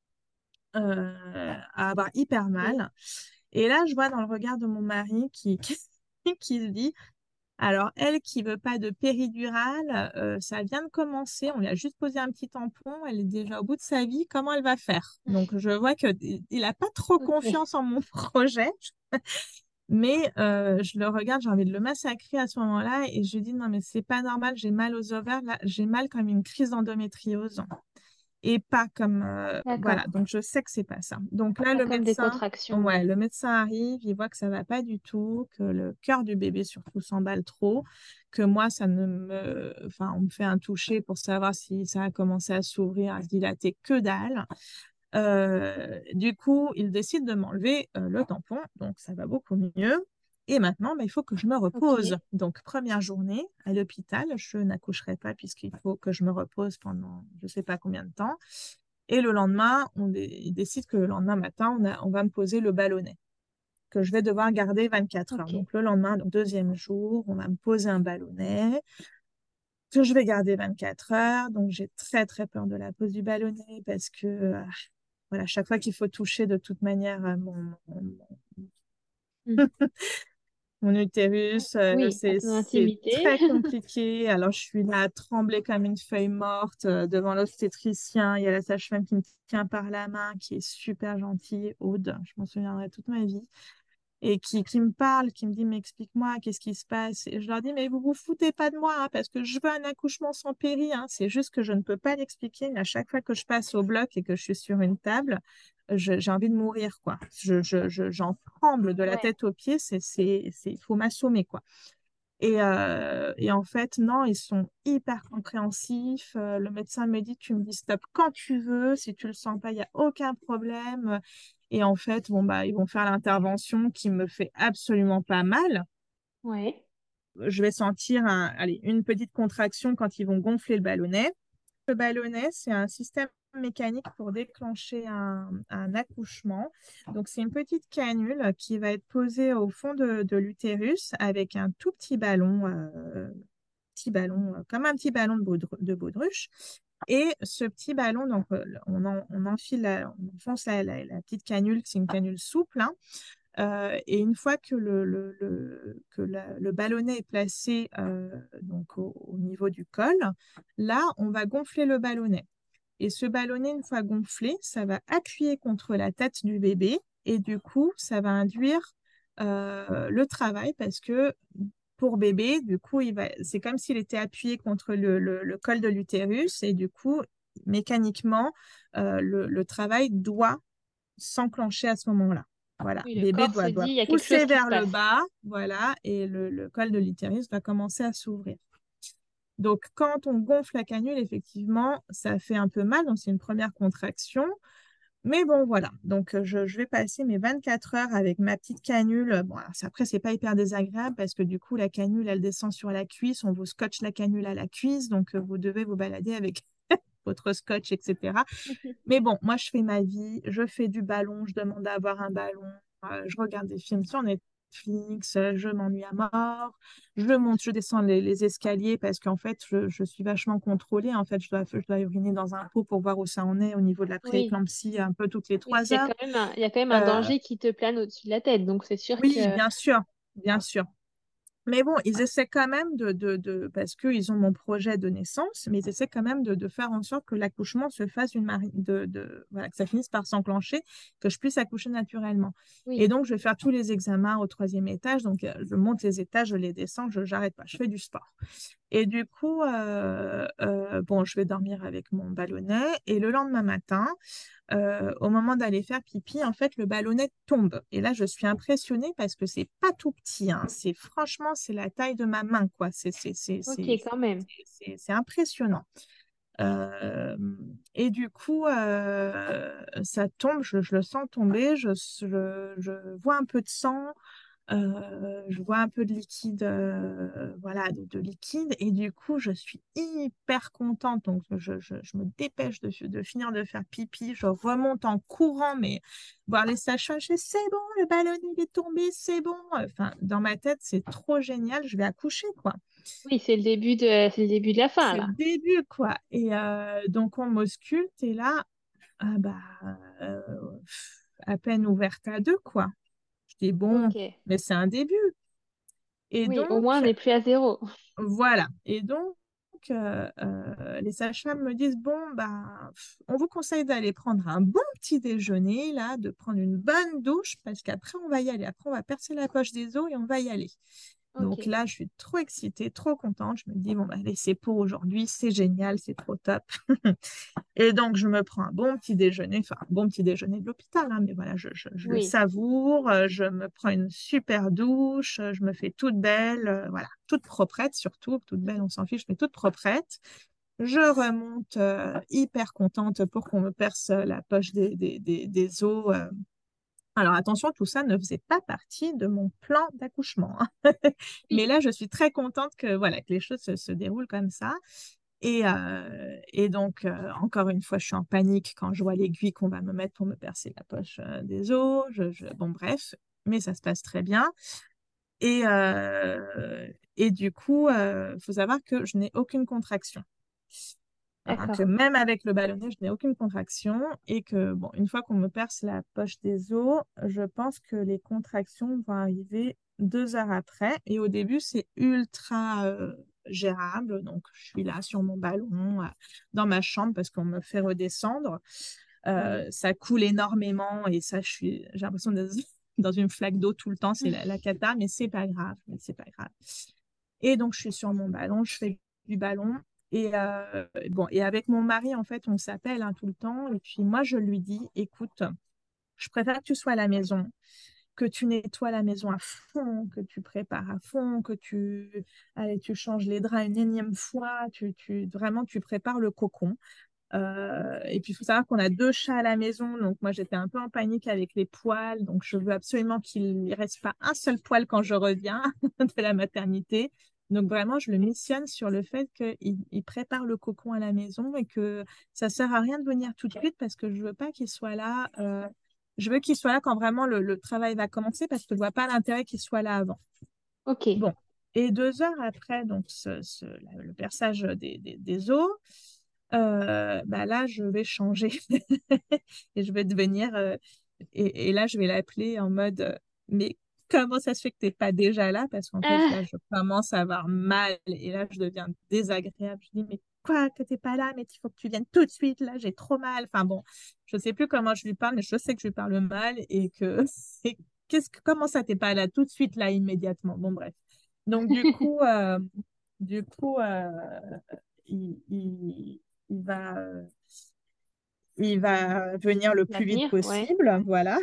à avoir hyper Ok. mal. Et là, je vois dans le regard de mon mari qui se dit, alors elle qui veut pas de péridurale, ça vient de commencer, on lui a juste posé un petit tampon, elle est déjà au bout de sa vie, comment elle va faire? Donc je vois que il a pas trop Ok. confiance en mon projet, mais je le regarde, j'ai envie de le massacrer à ce moment-là et je lui dis non mais c'est pas normal, j'ai mal aux ovaires, là, j'ai mal comme une crise d'endométriose et pas comme voilà, D'accord. donc je sais que c'est pas ça. Donc là Pas le comme des médecin contractions, ouais, ouais. le médecin arrive, il voit que ça va pas du tout, que le cœur du bébé surtout s'emballe trop, que moi ça ne me enfin on me fait un toucher pour savoir si ça a commencé à s'ouvrir, à se dilater, que dalle. Du coup, il décide de m'enlever le tampon, donc ça va beaucoup mieux. Et maintenant, bah, il faut que je me Ok. repose. Donc, première journée à l'hôpital, je n'accoucherai pas puisqu'il faut que je me repose pendant je ne sais pas combien de temps. Et le lendemain, il décide que le lendemain matin, on va me poser le ballonnet que je vais devoir garder 24 heures. Ok. Donc, le lendemain, donc deuxième jour, on va me poser un ballonnet que je vais garder 24 heures. Donc, j'ai très, très peur de la pose du ballonnet parce que voilà, chaque fois qu'il faut toucher de toute manière Hmm. mon utérus, Oui, à ton c'est intimité. très compliqué. Alors, je suis là à trembler comme une feuille morte devant l'obstétricien. Il y a la sage-femme qui me tient par la main, qui est super gentille, Aude, je m'en souviendrai toute ma vie, et qui me parle, qui me dit, mais explique-moi, qu'est-ce qui se passe? Et je leur dis, mais vous vous foutez pas de moi, hein, parce que je veux un accouchement sans péri, hein. C'est juste que je ne peux pas l'expliquer, mais à chaque fois que je passe au bloc et que je suis sur une table, j'ai envie de mourir, quoi. J'en tremble de la Ouais. tête aux pieds, il faut m'assommer, quoi. Et en fait, non, ils sont hyper compréhensifs. Le médecin me dit, tu me dis stop quand tu veux. Si tu le sens pas, il n'y a aucun problème. Et en fait, bon, bah, ils vont faire l'intervention qui me fait absolument pas mal. Ouais. Je vais sentir allez, une petite contraction quand ils vont gonfler le ballonnet. Le ballonnet, c'est un système mécanique pour déclencher un accouchement. Donc, c'est une petite canule qui va être posée au fond de l'utérus avec un tout petit ballon, comme un petit ballon de baudruche. Et ce petit ballon, donc, on enfile, on enfonce la petite canule, c'est une canule souple, hein. Et une fois que le ballonnet est placé donc au niveau du col, là, on va gonfler le ballonnet. Et ce ballonnet, une fois gonflé, ça va appuyer contre la tête du bébé et du coup, ça va induire le travail parce que pour bébé, du coup, c'est comme s'il était appuyé contre le col de l'utérus et du coup, mécaniquement, le travail doit s'enclencher à ce moment-là. Voilà, Oui, le bébé corps se dit, doit il y a quelque chose pousser qui se vers le passe. bas, voilà, et le col de l'utérus va commencer à s'ouvrir. Donc, quand on gonfle la canule, effectivement, ça fait un peu mal, donc c'est une première contraction. Mais bon, voilà. Donc, je vais passer mes 24 heures avec ma petite canule. Bon, alors, après, c'est pas hyper désagréable parce que du coup, la canule, elle descend sur la cuisse. On vous scotche la canule à la cuisse. Donc, vous devez vous balader avec votre scotch, etc. Mais bon, moi, je fais ma vie. Je fais du ballon. Je demande à avoir un ballon. Je regarde des films sur Netflix. Je m'ennuie à mort. Je monte, je descends les escaliers parce qu'en fait, je suis vachement contrôlée. En fait, je dois uriner dans un pot pour voir où ça en est au niveau de la Oui. prééclampsie un peu toutes les Oui, trois heures. il y a quand même un Euh, danger qui te plane au-dessus de la tête. Donc, c'est sûr oui, que. bien sûr, bien sûr. Mais bon, ils essaient quand même parce qu'ils ont mon projet de naissance, mais ils essaient quand même de faire en sorte que l'accouchement se fasse voilà, que ça finisse par s'enclencher, que je puisse accoucher naturellement. Et Oui. donc, je vais faire tous les examens au troisième étage. Donc, je monte les étages, je les descends, je n'arrête pas, je fais du sport. Et du coup, bon, je vais dormir avec mon ballonnet. Et le lendemain matin, au moment d'aller faire pipi, en fait, le ballonnet tombe. Et là, je suis impressionnée parce que c'est pas tout petit, hein. Franchement, c'est la taille de ma main, quoi. Ok, quand même. C'est impressionnant. Euh, et du coup, ça tombe, je le sens tomber, je vois un peu de sang. Je vois un peu de liquide, voilà, de liquide, et du coup, je suis hyper contente. Donc, je me dépêche de finir de faire pipi. Je remonte en courant, mais voir les sages-femmes, je fais, c'est bon, le ballon il est tombé, c'est bon. Enfin, dans ma tête, c'est trop génial. Je vais accoucher, quoi. Oui, c'est le début de la fin, C'est le là. début, quoi. Et donc, on m'ausculte, et là, ah bah, euh, à peine ouverte à deux, quoi. Je dis, bon, Ok. mais c'est un début. Et Oui, au moins, on donc, n'est plus à zéro. voilà. Et donc, les sages-femmes me disent, bon, bah, on vous conseille d'aller prendre un bon petit déjeuner, là, de prendre une bonne douche, parce qu'après, on va y aller. Après, on va percer la poche des os et on va y aller. Donc Ok. là, je suis trop excitée, trop contente. Je me dis, bon, bah, allez, c'est pour aujourd'hui, c'est génial, c'est trop top. Et donc, je me prends un bon petit déjeuner, enfin, un bon petit déjeuner de l'hôpital, hein, mais voilà, je le Oui. savoure, je me prends une super douche, je me fais toute belle, voilà, toute proprette surtout, toute belle, on s'en fiche, mais toute proprette. Je remonte hyper contente pour qu'on me perce la poche des os. Alors attention, tout ça ne faisait pas partie de mon plan d'accouchement, hein. Mais Oui. là, je suis très contente que, voilà, que les choses se déroulent comme ça. Et donc, encore une fois, je suis en panique quand je vois l'aiguille qu'on va me mettre pour me percer la poche des os. Bon, bref, mais ça se passe très bien. Et, et du coup, il faut savoir que je n'ai aucune contraction. Hein, que D'accord. même avec le ballonnet, je n'ai aucune contraction et que, bon, une fois qu'on me perce la poche des os, je pense que les contractions vont arriver 2 heures après. Et au début, c'est ultra gérable. Donc, je suis là sur mon ballon, dans ma chambre parce qu'on me fait redescendre. Oui. Ça coule énormément et ça, j'ai l'impression d'être dans une flaque d'eau tout le temps. C'est la cata, mais c'est pas grave. Mais c'est pas grave. Et donc, je suis sur mon ballon, je fais du ballon. Et bon, et avec mon mari, en fait, on s'appelle hein, tout le temps. Et puis moi, je lui dis, écoute, je préfère que tu sois à la maison que tu nettoies la maison à fond, que tu prépares à fond, allez, tu changes les draps une énième fois, vraiment, tu prépares le cocon. Et puis, il faut savoir qu'on a 2 chats à la maison. Donc, moi, j'étais un peu en panique avec les poils. Donc, je veux absolument qu'il ne reste pas un seul poil quand je reviens de la maternité. Donc, vraiment, je le missionne sur le fait qu'il prépare le cocon à la maison et que ça sert à rien de venir tout de suite parce que je veux pas qu'il soit là. Je veux qu'il soit là quand vraiment le travail va commencer parce que je vois pas l'intérêt qu'il soit là avant. Ok. Bon. Et 2 heures après, donc, le perçage des os, bah là, je vais changer et je vais devenir. Et là, je vais l'appeler en mode mais comment ça se fait que tu n'es pas déjà là? Parce qu'en fait, là, Ah, je commence à avoir mal et là, je deviens désagréable. Je dis mais quoi, que tu n'es pas là? Mais il faut que tu viennes tout de suite. Là, j'ai trop mal. Enfin bon, je ne sais plus comment je lui parle, mais je sais que je lui parle mal et que et comment ça, t'es pas là tout de suite, là, immédiatement? Bon, bref. Donc, du coup, il, il- il va, il va venir le plus vite l'avenir, ouais. possible, voilà.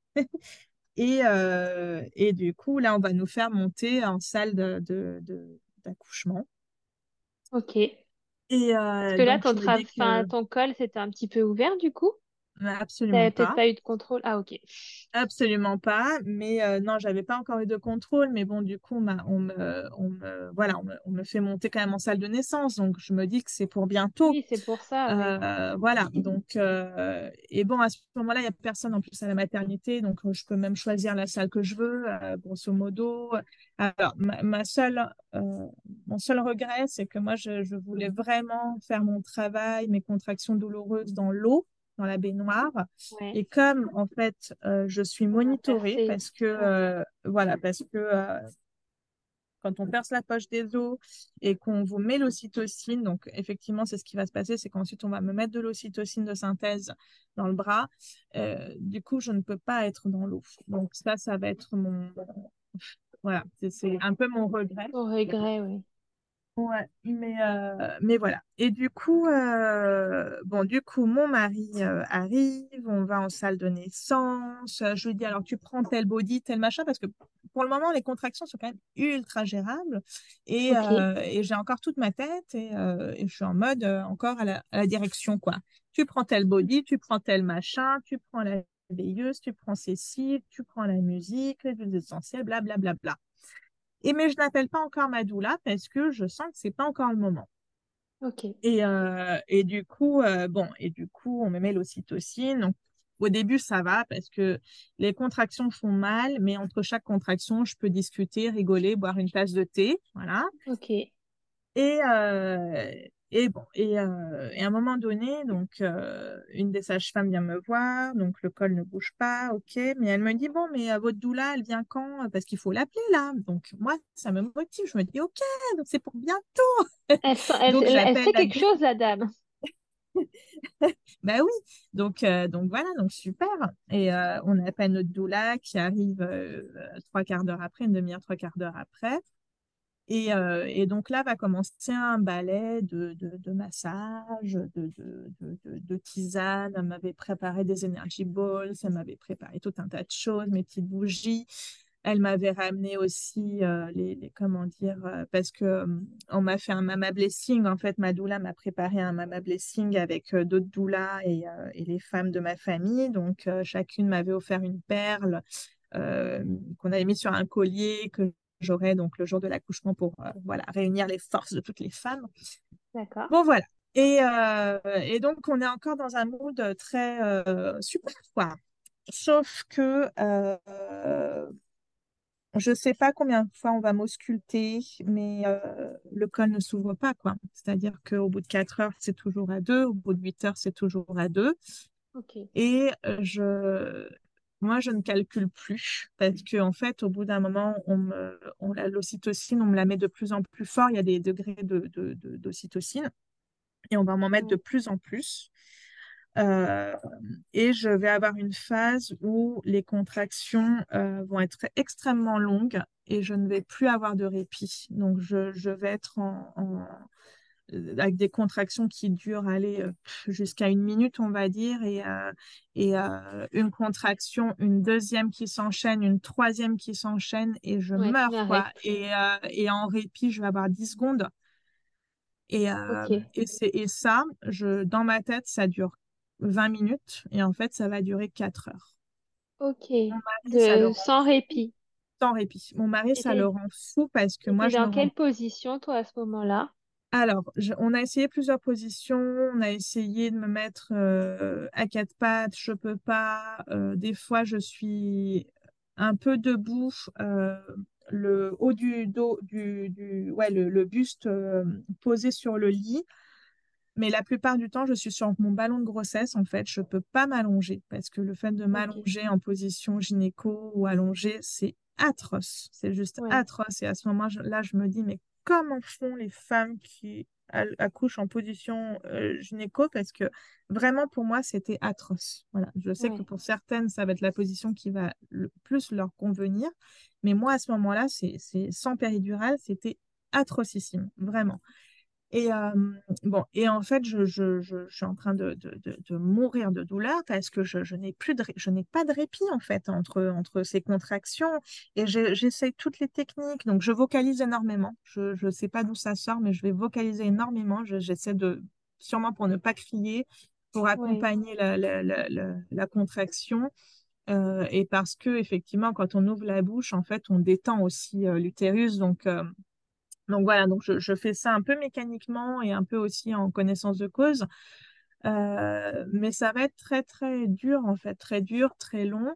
Et du coup, là, on va nous faire monter en salle d'accouchement. Ok. Parce Et que là, donc, je me dis que ton col, c'était un petit peu ouvert du coup. absolument T'avais peut-être pas. pas eu de contrôle. Ah, ok. Absolument pas, mais non, j'avais pas encore eu de contrôle, mais bon, du coup, voilà, on me fait monter quand même en salle de naissance, donc je me dis que c'est pour bientôt. Oui, c'est pour ça, ouais. Voilà, donc, et bon, à ce moment-là, il n'y a personne en plus à la maternité, donc je peux même choisir la salle que je veux, grosso modo. Alors, mon seul regret, c'est que moi, je voulais vraiment faire mon travail, mes contractions douloureuses dans l'eau, dans la baignoire. Ouais. Et comme, en fait, je suis On a monitorée percé. parce que, Ouais. voilà, parce que quand on perce la poche des os et qu'on vous met l'ocytocine, donc effectivement, c'est ce qui va se passer, c'est qu'ensuite on va me mettre de l'ocytocine de synthèse dans le bras. Du coup, je ne peux pas être dans l'eau. Donc ça va être voilà, c'est un peu mon regret. Au regret, oui. Ouais, mais voilà. Et du coup, bon, du coup, mon mari arrive, on va en salle de naissance. Je lui dis, alors tu prends tel body, tel machin, parce que pour le moment, les contractions sont quand même ultra gérables. Ok. Et j'ai encore toute ma tête et je suis en mode encore à la direction, quoi. Tu prends tel body, tu prends tel machin, tu prends la veilleuse, tu prends Cécile, tu prends la musique, les huiles essentielles, blablabla. Et mais je n'appelle pas encore ma doula parce que je sens que c'est pas encore le moment. Ok. Et du coup, bon, et du coup, on me met l'ocytocine. Donc, au début, ça va parce que les contractions font mal, mais entre chaque contraction, je peux discuter, rigoler, boire une tasse de thé, voilà. Ok. Et, et bon, et à un moment donné, donc une des sages-femmes vient me voir, donc le col ne bouge pas, ok, mais elle me dit bon, mais votre doula, elle vient quand? Parce qu'il faut l'appeler là. Donc moi, ça me motive, je me dis ok, donc c'est pour bientôt. Donc Elle j'appelle sait la quelque chose, la dame. bah oui, donc voilà, donc super. Et on appelle notre doula qui arrive 3 quarts d'heure après, une demi-heure, 3 quarts d'heure après. Et donc là va commencer un ballet de massage, de tisane. Elle m'avait préparé des energy balls, elle m'avait préparé tout un tas de choses, mes petites bougies. Elle m'avait ramené aussi comment dire, parce que on m'a fait un mama blessing. En fait, ma doula m'a préparé un mama blessing avec d'autres doulas et les femmes de ma famille. Donc, chacune m'avait offert une perle qu'on avait mis sur un collier que j'aurai donc le jour de l'accouchement pour voilà, réunir les forces de toutes les femmes. D'accord. Bon, voilà. Et donc, on est encore dans un mood très super, quoi. Sauf que je ne sais pas combien de fois on va m'ausculter, mais le col ne s'ouvre pas, quoi. C'est-à-dire qu'au bout de 4 heures, c'est toujours à 2, au bout de 8 heures, c'est toujours à 2. Ok. Et moi, je ne calcule plus parce que, en fait, au bout d'un moment, l'ocytocine, on me la met de plus en plus fort. Il y a des degrés d'ocytocine et on va m'en mettre de Ouais. plus en plus. Euh, et je vais avoir une phase où les contractions vont être extrêmement longues et je ne vais plus avoir de répit. Donc, je vais être avec des contractions qui durent aller jusqu'à 1 minute, on va dire, une contraction, une deuxième qui s'enchaîne, une troisième qui s'enchaîne, et je Ouais, tu meurs, quoi. n'arrêtes plus. Et en répit, je vais avoir 10 secondes. Ok. Et ça, dans ma tête, ça dure 20 minutes, et en fait, ça va durer 4 heures. Ok. Mon mari, ça le rend Sans répit. sans répit. Mon mari, Et ça le rend fou parce que moi, t'étais je me dans rends. quelle position, toi, à ce moment-là? Alors, on a essayé plusieurs positions. On a essayé de me mettre à quatre pattes. Je peux pas. Des fois, je suis un peu debout, le haut du dos, ouais, le buste posé sur le lit. Mais la plupart du temps, je suis sur mon ballon de grossesse. En fait, je peux pas m'allonger parce que le fait de Ok. m'allonger en position gynéco ou allongée, c'est atroce. C'est juste Ouais. atroce. Et à ce moment-là, je me dis, mais comment font les femmes qui accouchent en position gynéco? Parce que vraiment, pour moi, c'était atroce. Voilà. Je sais que Ouais. pour certaines, ça va être la position qui va le plus leur convenir. Mais moi, à ce moment-là, c'est sans péridurale, c'était atrocissime, vraiment. Et bon, et en fait, je suis en train de mourir de douleur parce que je n'ai plus je n'ai pas de répit en fait entre ces contractions et j'essaye toutes les techniques. Donc, je vocalise énormément. Je sais pas d'où ça sort, mais je vais vocaliser énormément. J'essaie sûrement pour ne pas crier, pour Ouais. accompagner la contraction. Et parce que effectivement, quand on ouvre la bouche, en fait, on détend aussi l'utérus. Donc voilà, donc je fais ça un peu mécaniquement et un peu aussi en connaissance de cause. Mais ça va être très très dur en fait, très dur, très long.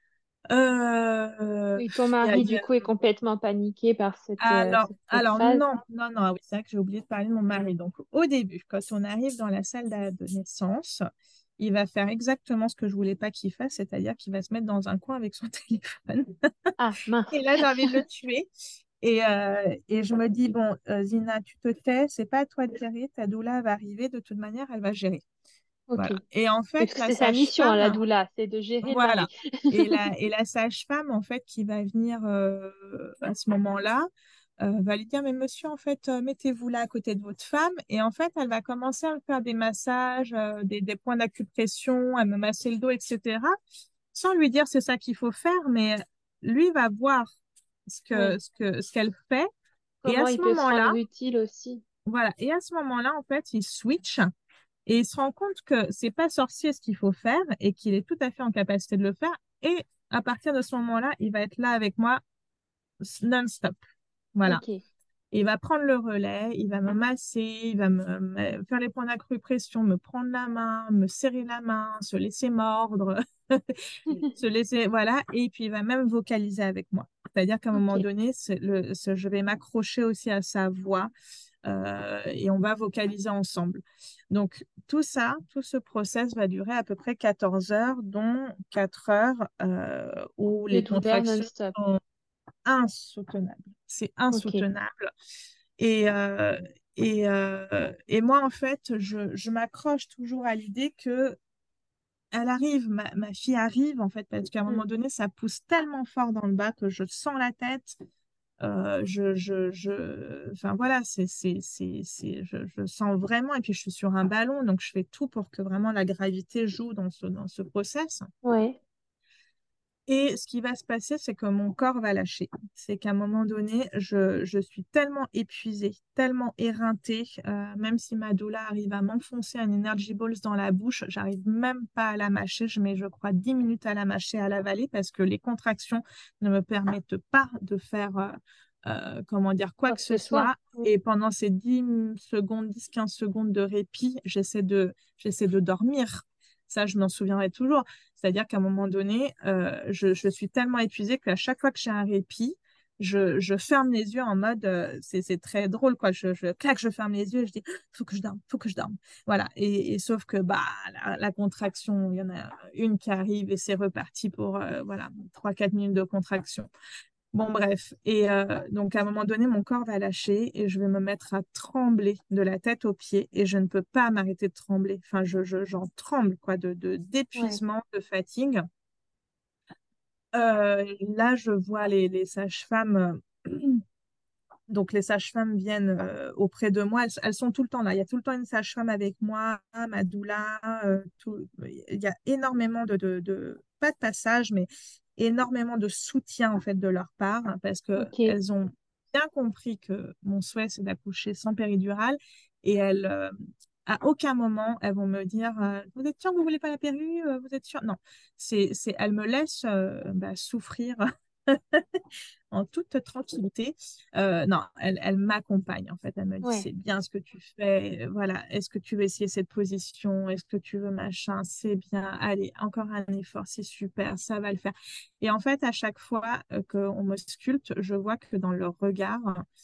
Euh, Et ton il y a- mari, il y du a- coup, est complètement paniqué par cette alors phase. non, non, non, ah oui, c'est vrai que j'ai oublié de parler de mon mari. Donc au début, quand on arrive dans la salle de naissance, il va faire exactement ce que je voulais pas qu'il fasse, c'est-à-dire qu'il va se mettre dans un coin avec son téléphone. Ah, Et mince. là, j'ai envie de le tuer. Et je me dis, bon, Zina, tu te tais, c'est pas à toi de gérer, ta doula va arriver, de toute manière, elle va gérer. Ok. Voilà. Oui, Et en parce fait, que la c'est sa mission, hein, la sage-femme, doula, c'est de gérer le voilà. mari. Et la sage-femme, en fait, qui va venir à ce moment-là, va lui dire, mais monsieur, en fait, mettez-vous là à côté de votre femme. Et en fait, elle va commencer à me faire des massages, des points d'acupression, à me masser le dos, etc. Sans lui dire c'est ça qu'il faut faire, mais lui va voir Ouais. ce qu'elle fait. Et à Comment ce il peut se moment-là, rendre utile aussi. voilà. Et à ce moment-là, en fait, il switch et il se rend compte que c'est pas sorcier ce qu'il faut faire et qu'il est tout à fait en capacité de le faire. Et à partir de ce moment-là, il va être là avec moi non-stop. Voilà. Ok. Il va prendre le relais, il va me masser, il va faire les points d'acupression, me prendre la main, me serrer la main, se laisser mordre, se laisser, voilà, et puis il va même vocaliser avec moi. C'est-à-dire qu'à un moment Ok. donné, je vais m'accrocher aussi à sa voix et on va vocaliser ensemble. Donc, tout ça, tout ce process va durer à peu près 14 heures, dont 4 heures où De les douleur contractions non-stop. sont insoutenables. C'est Ok. insoutenable. Et, euh, et moi, en fait, je m'accroche toujours à l'idée que elle arrive, ma fille arrive, en fait, parce qu'à un Hmm. moment donné, ça pousse tellement fort dans le bas que je sens la tête. Enfin voilà, je sens vraiment, et puis je suis sur un ballon, donc je fais tout pour que vraiment la gravité joue dans ce process. Ouais. Et ce qui va se passer, c'est que mon corps va lâcher. C'est qu'à un moment donné, je suis tellement épuisée, tellement éreintée, même si ma doula arrive à m'enfoncer un Energy Balls dans la bouche, j'arrive même pas à la mâcher. Je mets, je crois, 10 minutes à la mâcher, à l'avaler, parce que les contractions ne me permettent pas de faire, comment dire, quoi Quoi que que ce ce soit. soit. Et pendant ces 10 secondes, 10-15 secondes de répit, j'essaie de dormir. Ça, je m'en souviendrai toujours. C'est-à-dire qu'à un moment donné, je suis tellement épuisée qu'à chaque fois que j'ai un répit, je ferme les yeux en mode, c'est très drôle, quoi. Clac, je ferme les yeux et je dis, faut que je dorme, faut que je dorme. Voilà. Et sauf que bah, la contraction, il y en a une qui arrive et c'est reparti pour voilà, 3-4 minutes de contraction. Bon, bref. Et donc, à un moment donné, mon corps va lâcher et je vais me mettre à trembler de la tête aux pieds et je ne peux pas m'arrêter de trembler. Enfin, j'en tremble, quoi, Ouais. d'épuisement, de fatigue. Là, je vois les sages-femmes Donc, les sages-femmes viennent auprès de moi. Elles sont tout le temps là. Il y a tout le temps une sage-femme avec moi, ma doula. Il y a énormément pas de passage, mais énormément de soutien en fait de leur part, hein, parce que Ok. elles ont bien compris que mon souhait c'est d'accoucher sans péridurale et elles, à aucun moment elles vont me dire vous êtes sûr que vous voulez pas la péri? Vous êtes sûr? Non, elles me laissent souffrir en toute tranquillité. Non, elle m'accompagne en fait. Elle me dit Ouais. c'est bien ce que tu fais. Voilà, est-ce que tu veux essayer cette position? Est-ce que tu veux machin? C'est bien. Allez, encore un effort, c'est super, ça va le faire. Et en fait, à chaque fois qu'on me sculpte, je vois que dans leur regard,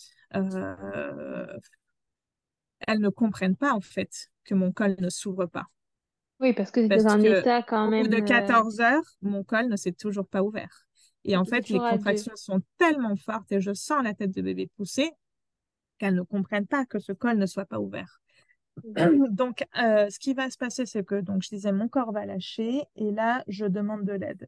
euh, elles ne comprennent pas en fait que mon col ne s'ouvre pas. Oui, parce que tu es dans Parce un que état quand au bout de même. 14 heures, mon col ne s'est toujours pas ouvert. Et en Ok, c'est fait, les toujours à deux. contractions sont tellement fortes et je sens la tête de bébé pousser qu'elles ne comprennent pas que ce col ne soit pas ouvert. Donc, ce qui va se passer, c'est que, donc, je disais, mon corps va lâcher et là, je demande de l'aide.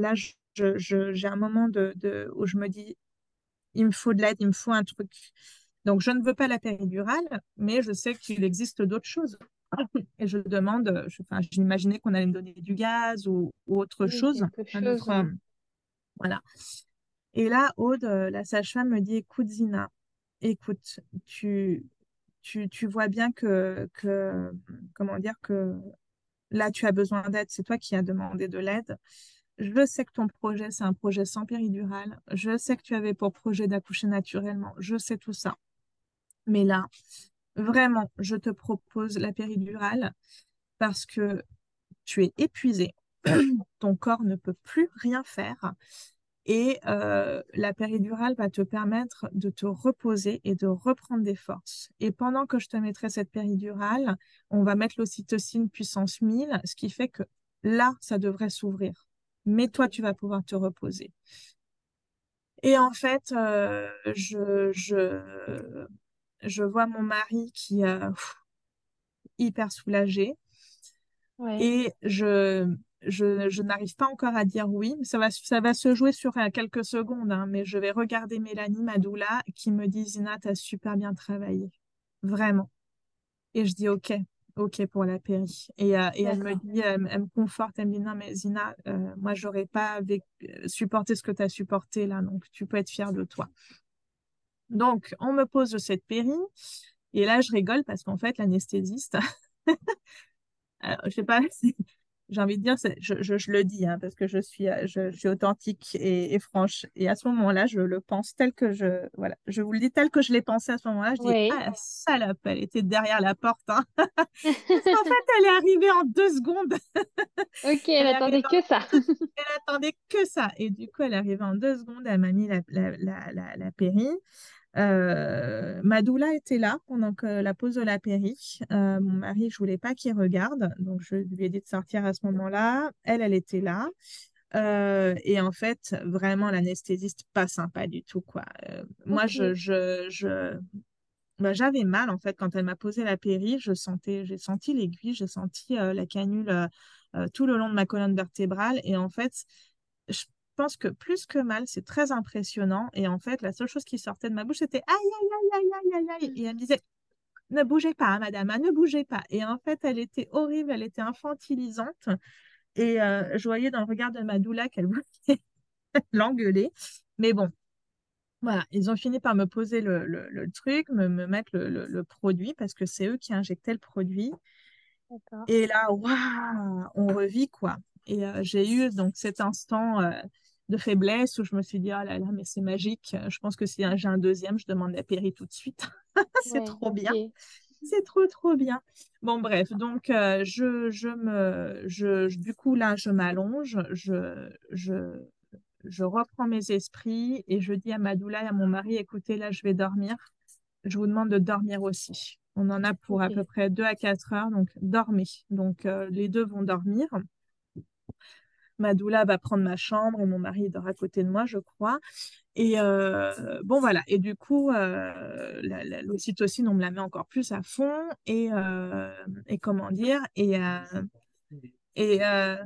J'ai un moment où je me dis, il me faut de l'aide, il me faut un truc. Donc, je ne veux pas la péridurale, mais je sais qu'il existe d'autres choses. Et je demande, enfin, j'imaginais qu'on allait me donner du gaz ou autre Oui, chose, quelque un chose, autre, oui. voilà. Et là, Aude, la sage-femme me dit, écoute, Zina, écoute, tu vois bien comment dire, que là, tu as besoin d'aide, c'est toi qui as demandé de l'aide. Je sais que ton projet, c'est un projet sans péridurale. Je sais que tu avais pour projet d'accoucher naturellement. Je sais tout ça. Mais là, vraiment, je te propose la péridurale parce que tu es épuisé. Ton corps ne peut plus rien faire. Et la péridurale va te permettre de te reposer et de reprendre des forces. Et pendant que je te mettrai cette péridurale, on va mettre l'ocytocine puissance 1000, ce qui fait que là, ça devrait s'ouvrir. Mais Ok. toi, tu vas pouvoir te reposer. Et en fait, je vois mon mari qui est hyper soulagé. Ouais. Et je n'arrive pas encore à dire oui. Ça va se jouer sur quelques secondes, hein, mais je vais regarder Mélanie, ma doula, qui me dit, Zina, t'as super bien travaillé. Vraiment. Et je dis, OK, OK pour la péri. Et elle me D'accord. dit, elle me conforte, elle me dit, non, mais Zina, moi, j'aurais pas supporté ce que tu as supporté là, donc tu peux être fière de toi. Donc, on me pose cette péri. Et là, je rigole parce qu'en fait, l'anesthésiste, alors, je sais pas, j'ai envie de dire, je le dis, hein, parce que je suis authentique et franche. Et à ce moment-là, je le pense tel que voilà, je vous le dis tel que je l'ai pensé à ce moment-là. Je dis, Oui. ah, la salope, elle était derrière la porte, hein. Parce qu'en fait, elle est arrivée en 2 secondes. Ok, elle Elle est arrivée attendait que ça. elle attendait que ça. Et du coup, elle est arrivée en 2 secondes. Elle m'a mis la péri. Ma doula était là pendant que la pause de la péri. Mon mari, je voulais pas qu'il regarde, donc je lui ai dit de sortir à ce moment-là. Elle était là. Et en fait, vraiment, l'anesthésiste, pas sympa du tout, quoi. Moi, Ok. j'avais mal, en fait, quand elle m'a posé la péri. J'ai senti l'aiguille, j'ai senti la canule tout le long de ma colonne vertébrale. Et en fait, je pense que plus que mal, c'est très impressionnant. Et en fait, la seule chose qui sortait de ma bouche, c'était aïe, aïe, aïe, aïe, aïe, aïe, aïe. Et elle me disait, ne bougez pas, hein, madame, hein, ne bougez pas. Et en fait, elle était horrible, elle était infantilisante. Et je voyais dans le regard de ma doula qu'elle voulait l'engueuler. Mais bon, voilà, ils ont fini par me poser le truc, me mettre le produit, parce que c'est eux qui injectaient le produit. D'accord. Et là, waouh, on revit quoi. Et j'ai eu donc cet instant de faiblesse où je me suis dit, ah là là, mais c'est magique. Je pense que si j'ai un deuxième, je demande la péri tout de suite. C'est Ouais, trop bien. ok. C'est trop, trop bien. Bon, bref, donc du coup, là, je m'allonge, je reprends mes esprits et je dis à ma doula et à mon mari, écoutez, là, je vais dormir. Je vous demande de dormir aussi. On en a pour à peu Ok. près 2 à 4 heures, donc dormez. Donc, les deux vont dormir. Ma doula va prendre ma chambre et mon mari dort à côté de moi, je crois. Et bon, voilà. Et du coup, l'ocytocine, on me la met encore plus à fond. Et comment dire, et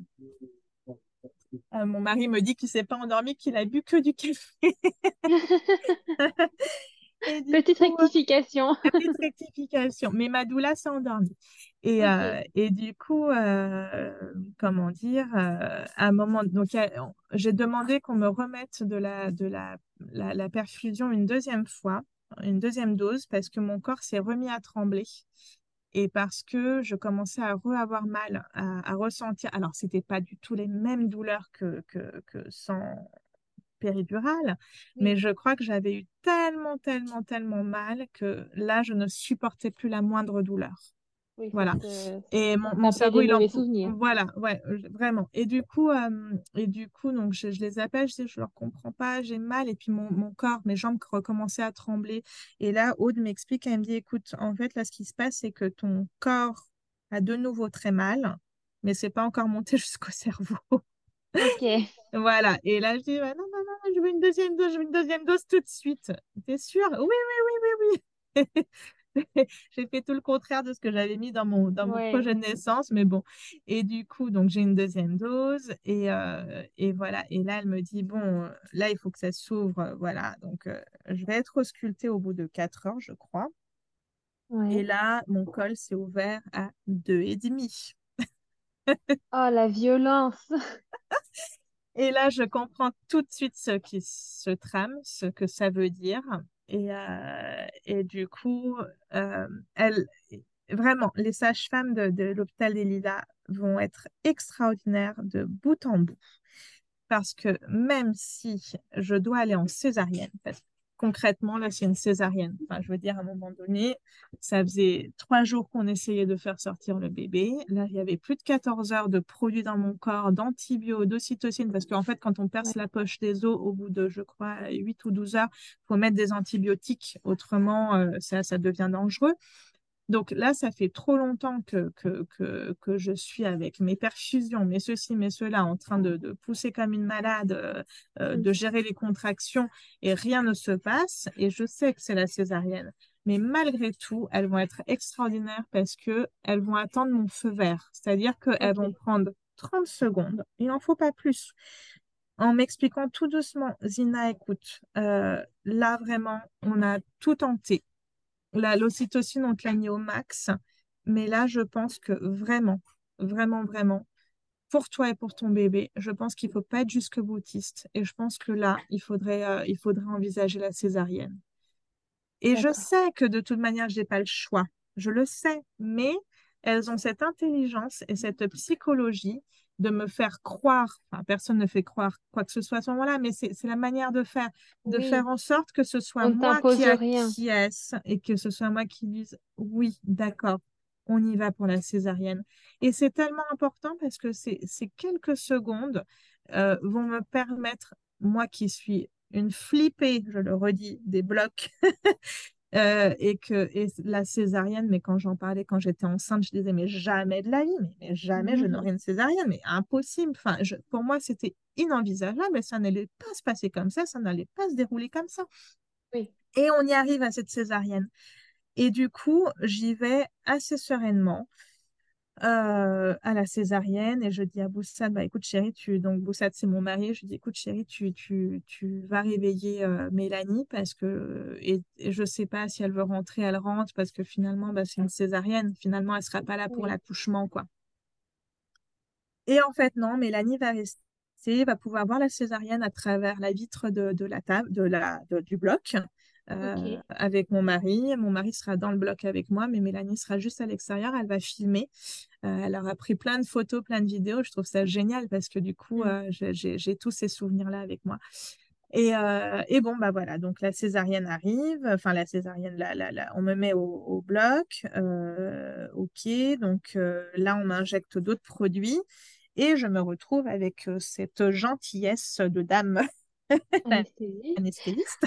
mon mari me dit qu'il s'est pas endormi, qu'il a bu que du café. Et du Petite coup, rectification. petite rectification, mais ma doula s'est endormie. Ok. Et du coup, comment dire, à un moment, donc j'ai demandé qu'on me remette la perfusion une deuxième fois, une deuxième dose, parce que mon corps s'est remis à trembler et parce que je commençais à avoir mal, à ressentir. Alors, c'était pas du tout les mêmes douleurs que sans péridurale, mais Oui, je crois que j'avais eu tellement, tellement, tellement mal que là, je ne supportais plus la moindre douleur. oui, Voilà. Et ça te mon rappelait cerveau, des il en... mauvais souvenirs. Voilà, ouais, vraiment. Et du coup donc, je les appelle, je dis, je leur comprends pas, j'ai mal. Et puis, mon corps, mes jambes recommençaient à trembler. Et là, Aude m'explique, elle me dit, écoute, en fait, là, ce qui se passe, c'est que ton corps a de nouveau très mal, mais c'est pas encore monté jusqu'au cerveau. Ok. Voilà. Et là, je dis, ah, non, non, non, je veux une deuxième dose, je veux une deuxième dose tout de suite. T'es sûr? Oui, oui, oui, oui, oui. J'ai fait tout le contraire de ce que j'avais mis dans mon Ouais. projet de naissance, mais bon. Et du coup, donc j'ai une deuxième dose et voilà. Et là, elle me dit, bon, là, il faut que ça s'ouvre. Voilà. Donc, je vais être auscultée au bout de 4 heures, je crois. Et Ouais. là, mon col s'est ouvert à 2,5. Oh, la violence. Et là, je comprends tout de suite ce qui se trame, ce que ça veut dire. Et du coup, euh, elle, vraiment, les sages-femmes de l'hôpital des Lilas vont être extraordinaires de bout en bout. Parce que même si je dois aller en césarienne, parce que concrètement, là, c'est une césarienne. Enfin, je veux dire, à un moment donné, ça faisait 3 jours qu'on essayait de faire sortir le bébé. Là, il y avait plus de 14 heures de produits dans mon corps, d'antibio, d'ocytocine, parce qu'en fait, quand on perce Ouais. la poche des os, au bout de, je crois, 8 ou 12 heures, il faut mettre des antibiotiques, autrement, ça devient dangereux. Donc là, ça fait trop longtemps que je suis avec mes perfusions, mes ceci, mes cela, en train de pousser comme une malade, Mm. de gérer les contractions et rien ne se passe. Et je sais que c'est la césarienne. Mais malgré tout, elles vont être extraordinaires parce que elles vont attendre mon feu vert. C'est-à-dire qu'elles vont Ok. prendre 30 secondes. Il n'en faut pas plus. En m'expliquant tout doucement, Zina, écoute, là vraiment, on a tout tenté. L'ocytocine, on te l'a mis au max. Mais là, je pense que vraiment, vraiment, vraiment, pour toi et pour ton bébé, je pense qu'il ne faut pas être jusque boutiste. Et je pense que là, il faudrait envisager la césarienne. Et je D'accord. sais que de toute manière, je n'ai pas le choix. Je le sais. Mais elles ont cette intelligence et cette psychologie de me faire croire, enfin, personne ne fait croire quoi que ce soit à ce moment-là, mais c'est la manière de faire Oui, en sorte que ce soit on ne moi qui t'impose rien. acquiesce et que ce soit moi qui dise oui, d'accord, on y va pour la césarienne. Et c'est tellement important parce que ces quelques secondes vont me permettre, moi qui suis une flippée, je le redis, des blocs, et la césarienne, mais quand j'en parlais, quand j'étais enceinte, je disais, mais jamais de la vie, mais jamais je n'aurai une césarienne, mais impossible. Enfin, pour moi, c'était inenvisageable et ça n'allait pas se passer comme ça n'allait pas se dérouler comme ça. Oui. Et on y arrive à cette césarienne. Et du coup, j'y vais assez sereinement à la césarienne et je dis à Boussad, bah écoute chérie, donc Boussad c'est mon mari, je dis écoute chérie, tu vas réveiller Mélanie parce que, et je sais pas si elle veut rentrer, elle rentre parce que finalement bah, c'est une césarienne, finalement elle sera pas là pour Oui. l'accouchement quoi. Et en fait non, Mélanie va rester, va pouvoir voir la césarienne à travers la vitre de la table, du bloc. Ok. Avec mon mari. Mon mari sera dans le bloc avec moi, mais Mélanie sera juste à l'extérieur. Elle va filmer. Elle aura pris plein de photos, plein de vidéos. Je trouve ça génial parce que du coup, Mm. j'ai tous ces souvenirs-là avec moi. Et bon, bah voilà, donc la césarienne arrive, enfin la césarienne, on me met au bloc, ok, donc là on m'injecte d'autres produits et je me retrouve avec cette gentillesse de dame Anesthésie. anesthésiste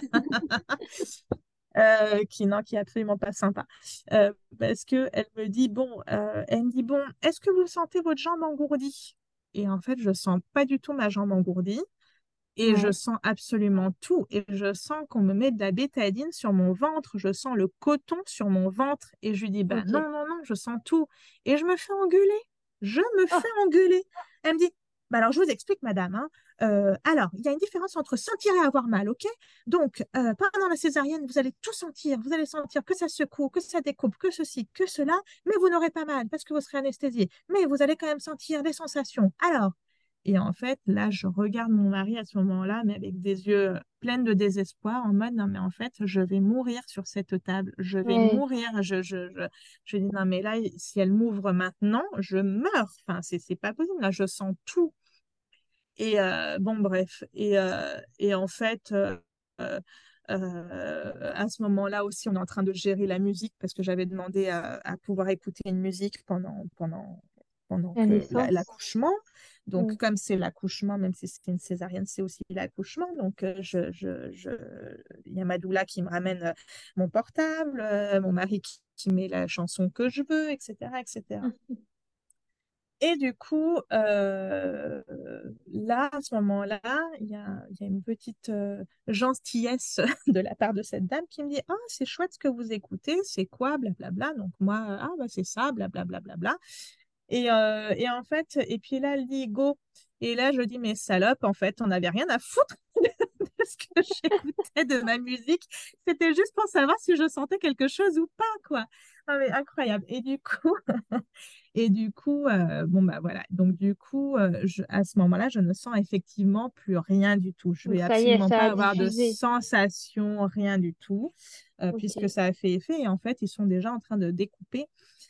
qui est absolument pas sympa. Parce que elle me dit, bon, est-ce que vous sentez votre jambe engourdie? Et en fait, je sens pas du tout ma jambe engourdie et je Ouais. sens absolument tout. Et je sens qu'on me met de la bétadine sur mon ventre, je sens le coton sur mon ventre et je lui dis, bah non, Ok. non, non, je sens tout. Et je me fais engueuler. Je me fais Oh, engueuler. Elle me dit, bah alors je vous explique, madame, hein, Alors, il y a une différence entre sentir et avoir mal, ok? Donc, pendant la césarienne, vous allez tout sentir. Vous allez sentir que ça secoue, que ça découpe, que ceci, que cela, mais vous n'aurez pas mal parce que vous serez anesthésié. Mais vous allez quand même sentir les sensations. Alors, et en fait, là, je regarde mon mari à ce moment-là, mais avec des yeux pleins de désespoir, en mode, non, mais en fait, je vais mourir sur cette table. Je vais Ouais. mourir. Je dis, non, mais là, si elle m'ouvre maintenant, je meurs. Enfin, c'est pas possible. Là, je sens tout. Et bon, bref. Et en fait, euh, à ce moment-là aussi, on est en train de gérer la musique parce que j'avais demandé à pouvoir écouter une musique pendant La que naissance. l'accouchement. Donc, Mm. comme c'est l'accouchement, même si c'est une césarienne, c'est aussi l'accouchement. Donc, il y a ma doula qui me ramène mon portable, mon mari qui met la chanson que je veux, etc., etc. Et du coup, là, à ce moment-là, il y a une petite gentillesse de la part de cette dame qui me dit, ah, c'est chouette ce que vous écoutez, c'est quoi, blablabla. Donc moi, ah, bah, c'est ça, blablabla. Et en fait, et puis là, elle dit, go. Et là, je dis, mais salope, en fait, on n'avait rien à foutre de ce que j'écoutais de ma musique. C'était juste pour savoir si je sentais quelque chose ou pas, quoi. Ah, mais incroyable. Et du coup, bon, bah voilà. Donc, du coup, à ce moment-là, je ne sens effectivement plus rien du tout. Je Donc vais ça y est, absolument ça pas a avoir de diffusé. sensation, rien du tout, puisque Ok. ça a fait effet. Et en fait, ils sont déjà en train de découper.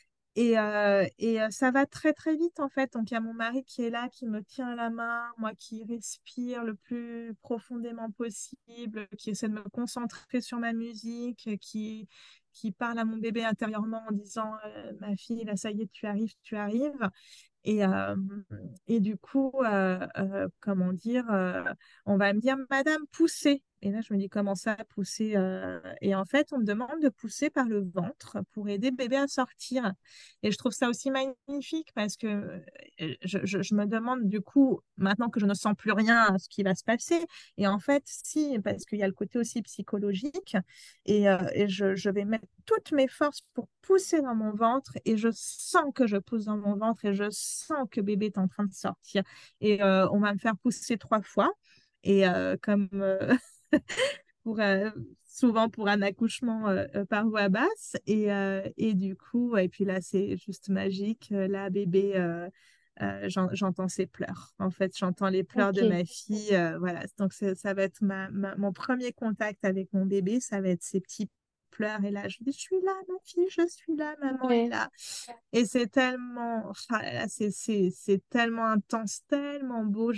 Et ça va très, très vite, en fait. Donc, il y a mon mari qui est là, qui me tient la main, moi qui respire le plus profondément possible, qui essaie de me concentrer sur ma musique, qui parle à mon bébé intérieurement en disant ma fille, là, ça y est, tu arrives, tu arrives. Et, euh, et du coup, comment dire, on va me dire, Madame, poussez. Et là, je me dis, comment ça, pousser Et en fait, on me demande de pousser par le ventre pour aider bébé à sortir. Et je trouve ça aussi magnifique parce que je me demande, du coup, maintenant que je ne sens plus rien, ce qui va se passer. Et en fait, si, parce qu'il y a le côté aussi psychologique. Et je vais mettre toutes mes forces pour pousser dans mon ventre et je sens que je pousse dans mon ventre et je sens que bébé est en train de sortir. Et on va me faire pousser 3 fois. Et comme pour, souvent pour un accouchement par voie basse. Et du coup, et puis là, c'est juste magique. Là, bébé, j'entends ses pleurs. En fait, j'entends les pleurs de Ok. ma fille. Voilà, donc ça va être mon premier contact avec mon bébé. Ça va être ces petits pleurs. Et là, je dis, je suis là, ma fille, je suis là, maman est Ouais. là. Et c'est tellement, ah là là, c'est tellement intense, tellement beau.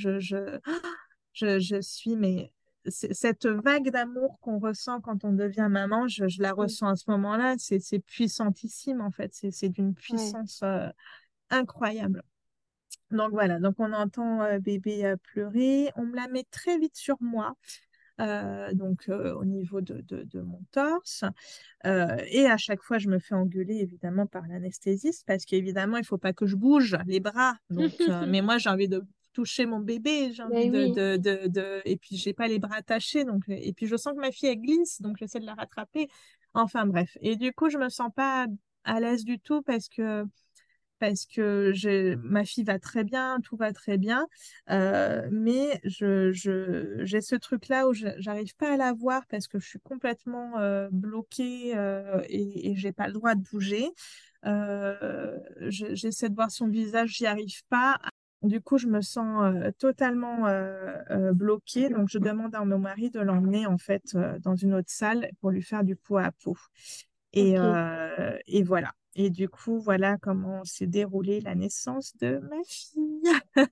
Je suis, mais cette vague d'amour qu'on ressent quand on devient maman, je la Mm. ressens à ce moment-là. C'est puissantissime, en fait. C'est d'une Ouais. puissance incroyable. Donc voilà, donc on entend bébé pleurer. On me la met très vite sur moi. Donc au niveau de mon torse. Et à chaque fois, je me fais engueuler évidemment par l'anesthésiste parce qu'évidemment, il faut pas que je bouge les bras. Donc, mais moi, j'ai envie de toucher mon bébé, j'ai envie Ben oui. et puis j'ai pas les bras attachés. Donc, et puis je sens que ma fille elle glisse, donc j'essaie de la rattraper. Enfin bref. Et du coup, je me sens pas à l'aise du tout parce que ma fille va très bien, tout va très bien, mais j'ai ce truc-là où j'arrive pas à la voir parce que je suis complètement bloquée et j'ai pas le droit de bouger. J'essaie de voir son visage, j'y arrive pas. Du coup, je me sens totalement bloquée, donc je demande à mon mari de l'emmener en fait dans une autre salle pour lui faire du pot à pot. Ok. Et voilà. Et du coup, voilà comment s'est déroulée la naissance de ma fille.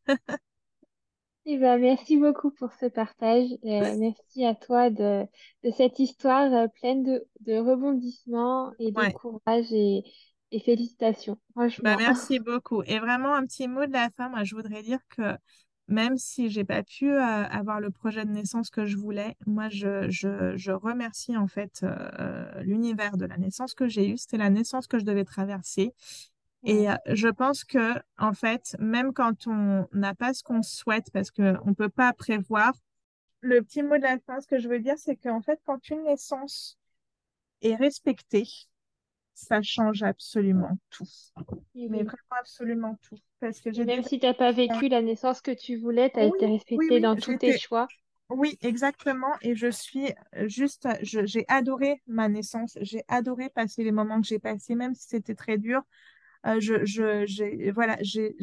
Eh ben, merci beaucoup pour ce partage. Merci à toi de cette histoire pleine de rebondissements et de Ouais, courage et félicitations, bah franchement. merci beaucoup. Et vraiment un petit mot de la fin, moi je voudrais dire que même si j'ai pas pu avoir le projet de naissance que je voulais, moi je remercie en fait l'univers de la naissance que j'ai eue. C'était la naissance que je devais traverser. Et Ouais. je pense que en fait, même quand on n'a pas ce qu'on souhaite, parce qu'on ne peut pas prévoir, le petit mot de la fin, ce que je veux dire, c'est qu'en fait, quand une naissance est respectée, ça change absolument tout. Et Mais oui. vraiment absolument tout. parce que Et j'ai même déjà... si tu n'as pas vécu la naissance que tu voulais, tu as Oui, été oui, respectée oui, dans tous tes j'étais... choix. Oui, exactement. Et je suis juste... j'ai adoré ma naissance. J'ai adoré passer les moments que j'ai passés, même si c'était très dur. Voilà,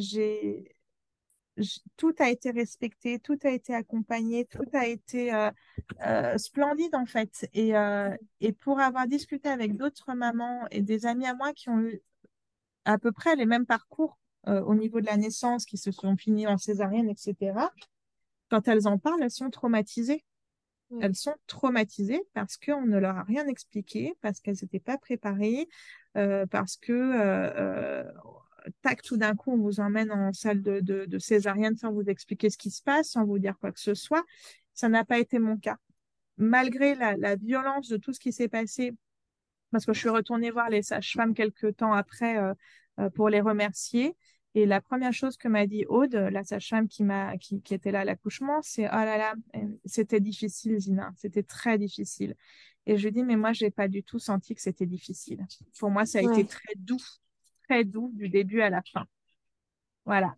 tout a été respecté, tout a été accompagné, tout a été splendide en fait. Et pour avoir discuté avec d'autres mamans et des amis à moi qui ont eu à peu près les mêmes parcours au niveau de la naissance, qui se sont finis en césarienne, etc., quand elles en parlent, elles sont traumatisées. Ouais. Elles sont traumatisées parce qu'on ne leur a rien expliqué, parce qu'elles n'étaient pas préparées, parce que tac, tout d'un coup, on vous emmène en salle de césarienne sans vous expliquer ce qui se passe, sans vous dire quoi que ce soit. Ça n'a pas été mon cas. Malgré la violence de tout ce qui s'est passé, parce que je suis retournée voir les sages-femmes quelques temps après pour les remercier. Et la première chose que m'a dit Aude, la sage-femme qui était là à l'accouchement, c'est: oh là là, c'était difficile, Zina, c'était très difficile. Et je lui dis: mais moi, j'ai pas du tout senti que c'était difficile. Pour moi, ça a été Ouais. très doux du début à la fin. Voilà,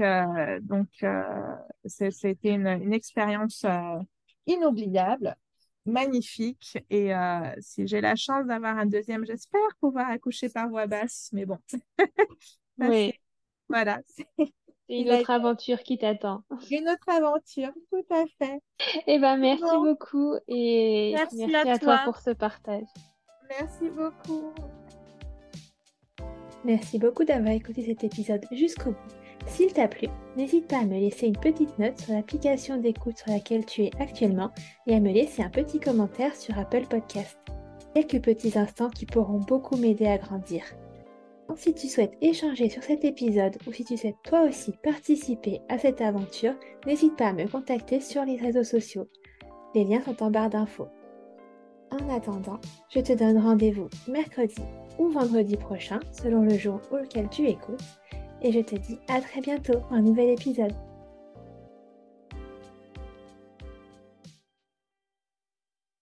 c'était une expérience inoubliable, magnifique. Et si j'ai la chance d'avoir un deuxième, j'espère pouvoir accoucher par voie basse. Mais bon, ça c'est, Oui, voilà, c'est c'est une la- autre aventure qui t'attend. une autre aventure, tout à fait. Eh ben, merci Bon, beaucoup et puis merci à merci à toi toi. pour ce partage. Merci beaucoup. Merci beaucoup d'avoir écouté cet épisode jusqu'au bout. S'il t'a plu, n'hésite pas à me laisser une petite note sur l'application d'écoute sur laquelle tu es actuellement et à me laisser un petit commentaire sur Apple Podcast. Quelques petits instants qui pourront beaucoup m'aider à grandir. Si tu souhaites échanger sur cet épisode ou si tu souhaites toi aussi participer à cette aventure, n'hésite pas à me contacter sur les réseaux sociaux. Les liens sont en barre d'infos. En attendant, je te donne rendez-vous mercredi ou vendredi prochain, selon le jour auquel tu écoutes, et je te dis à très bientôt pour un nouvel épisode.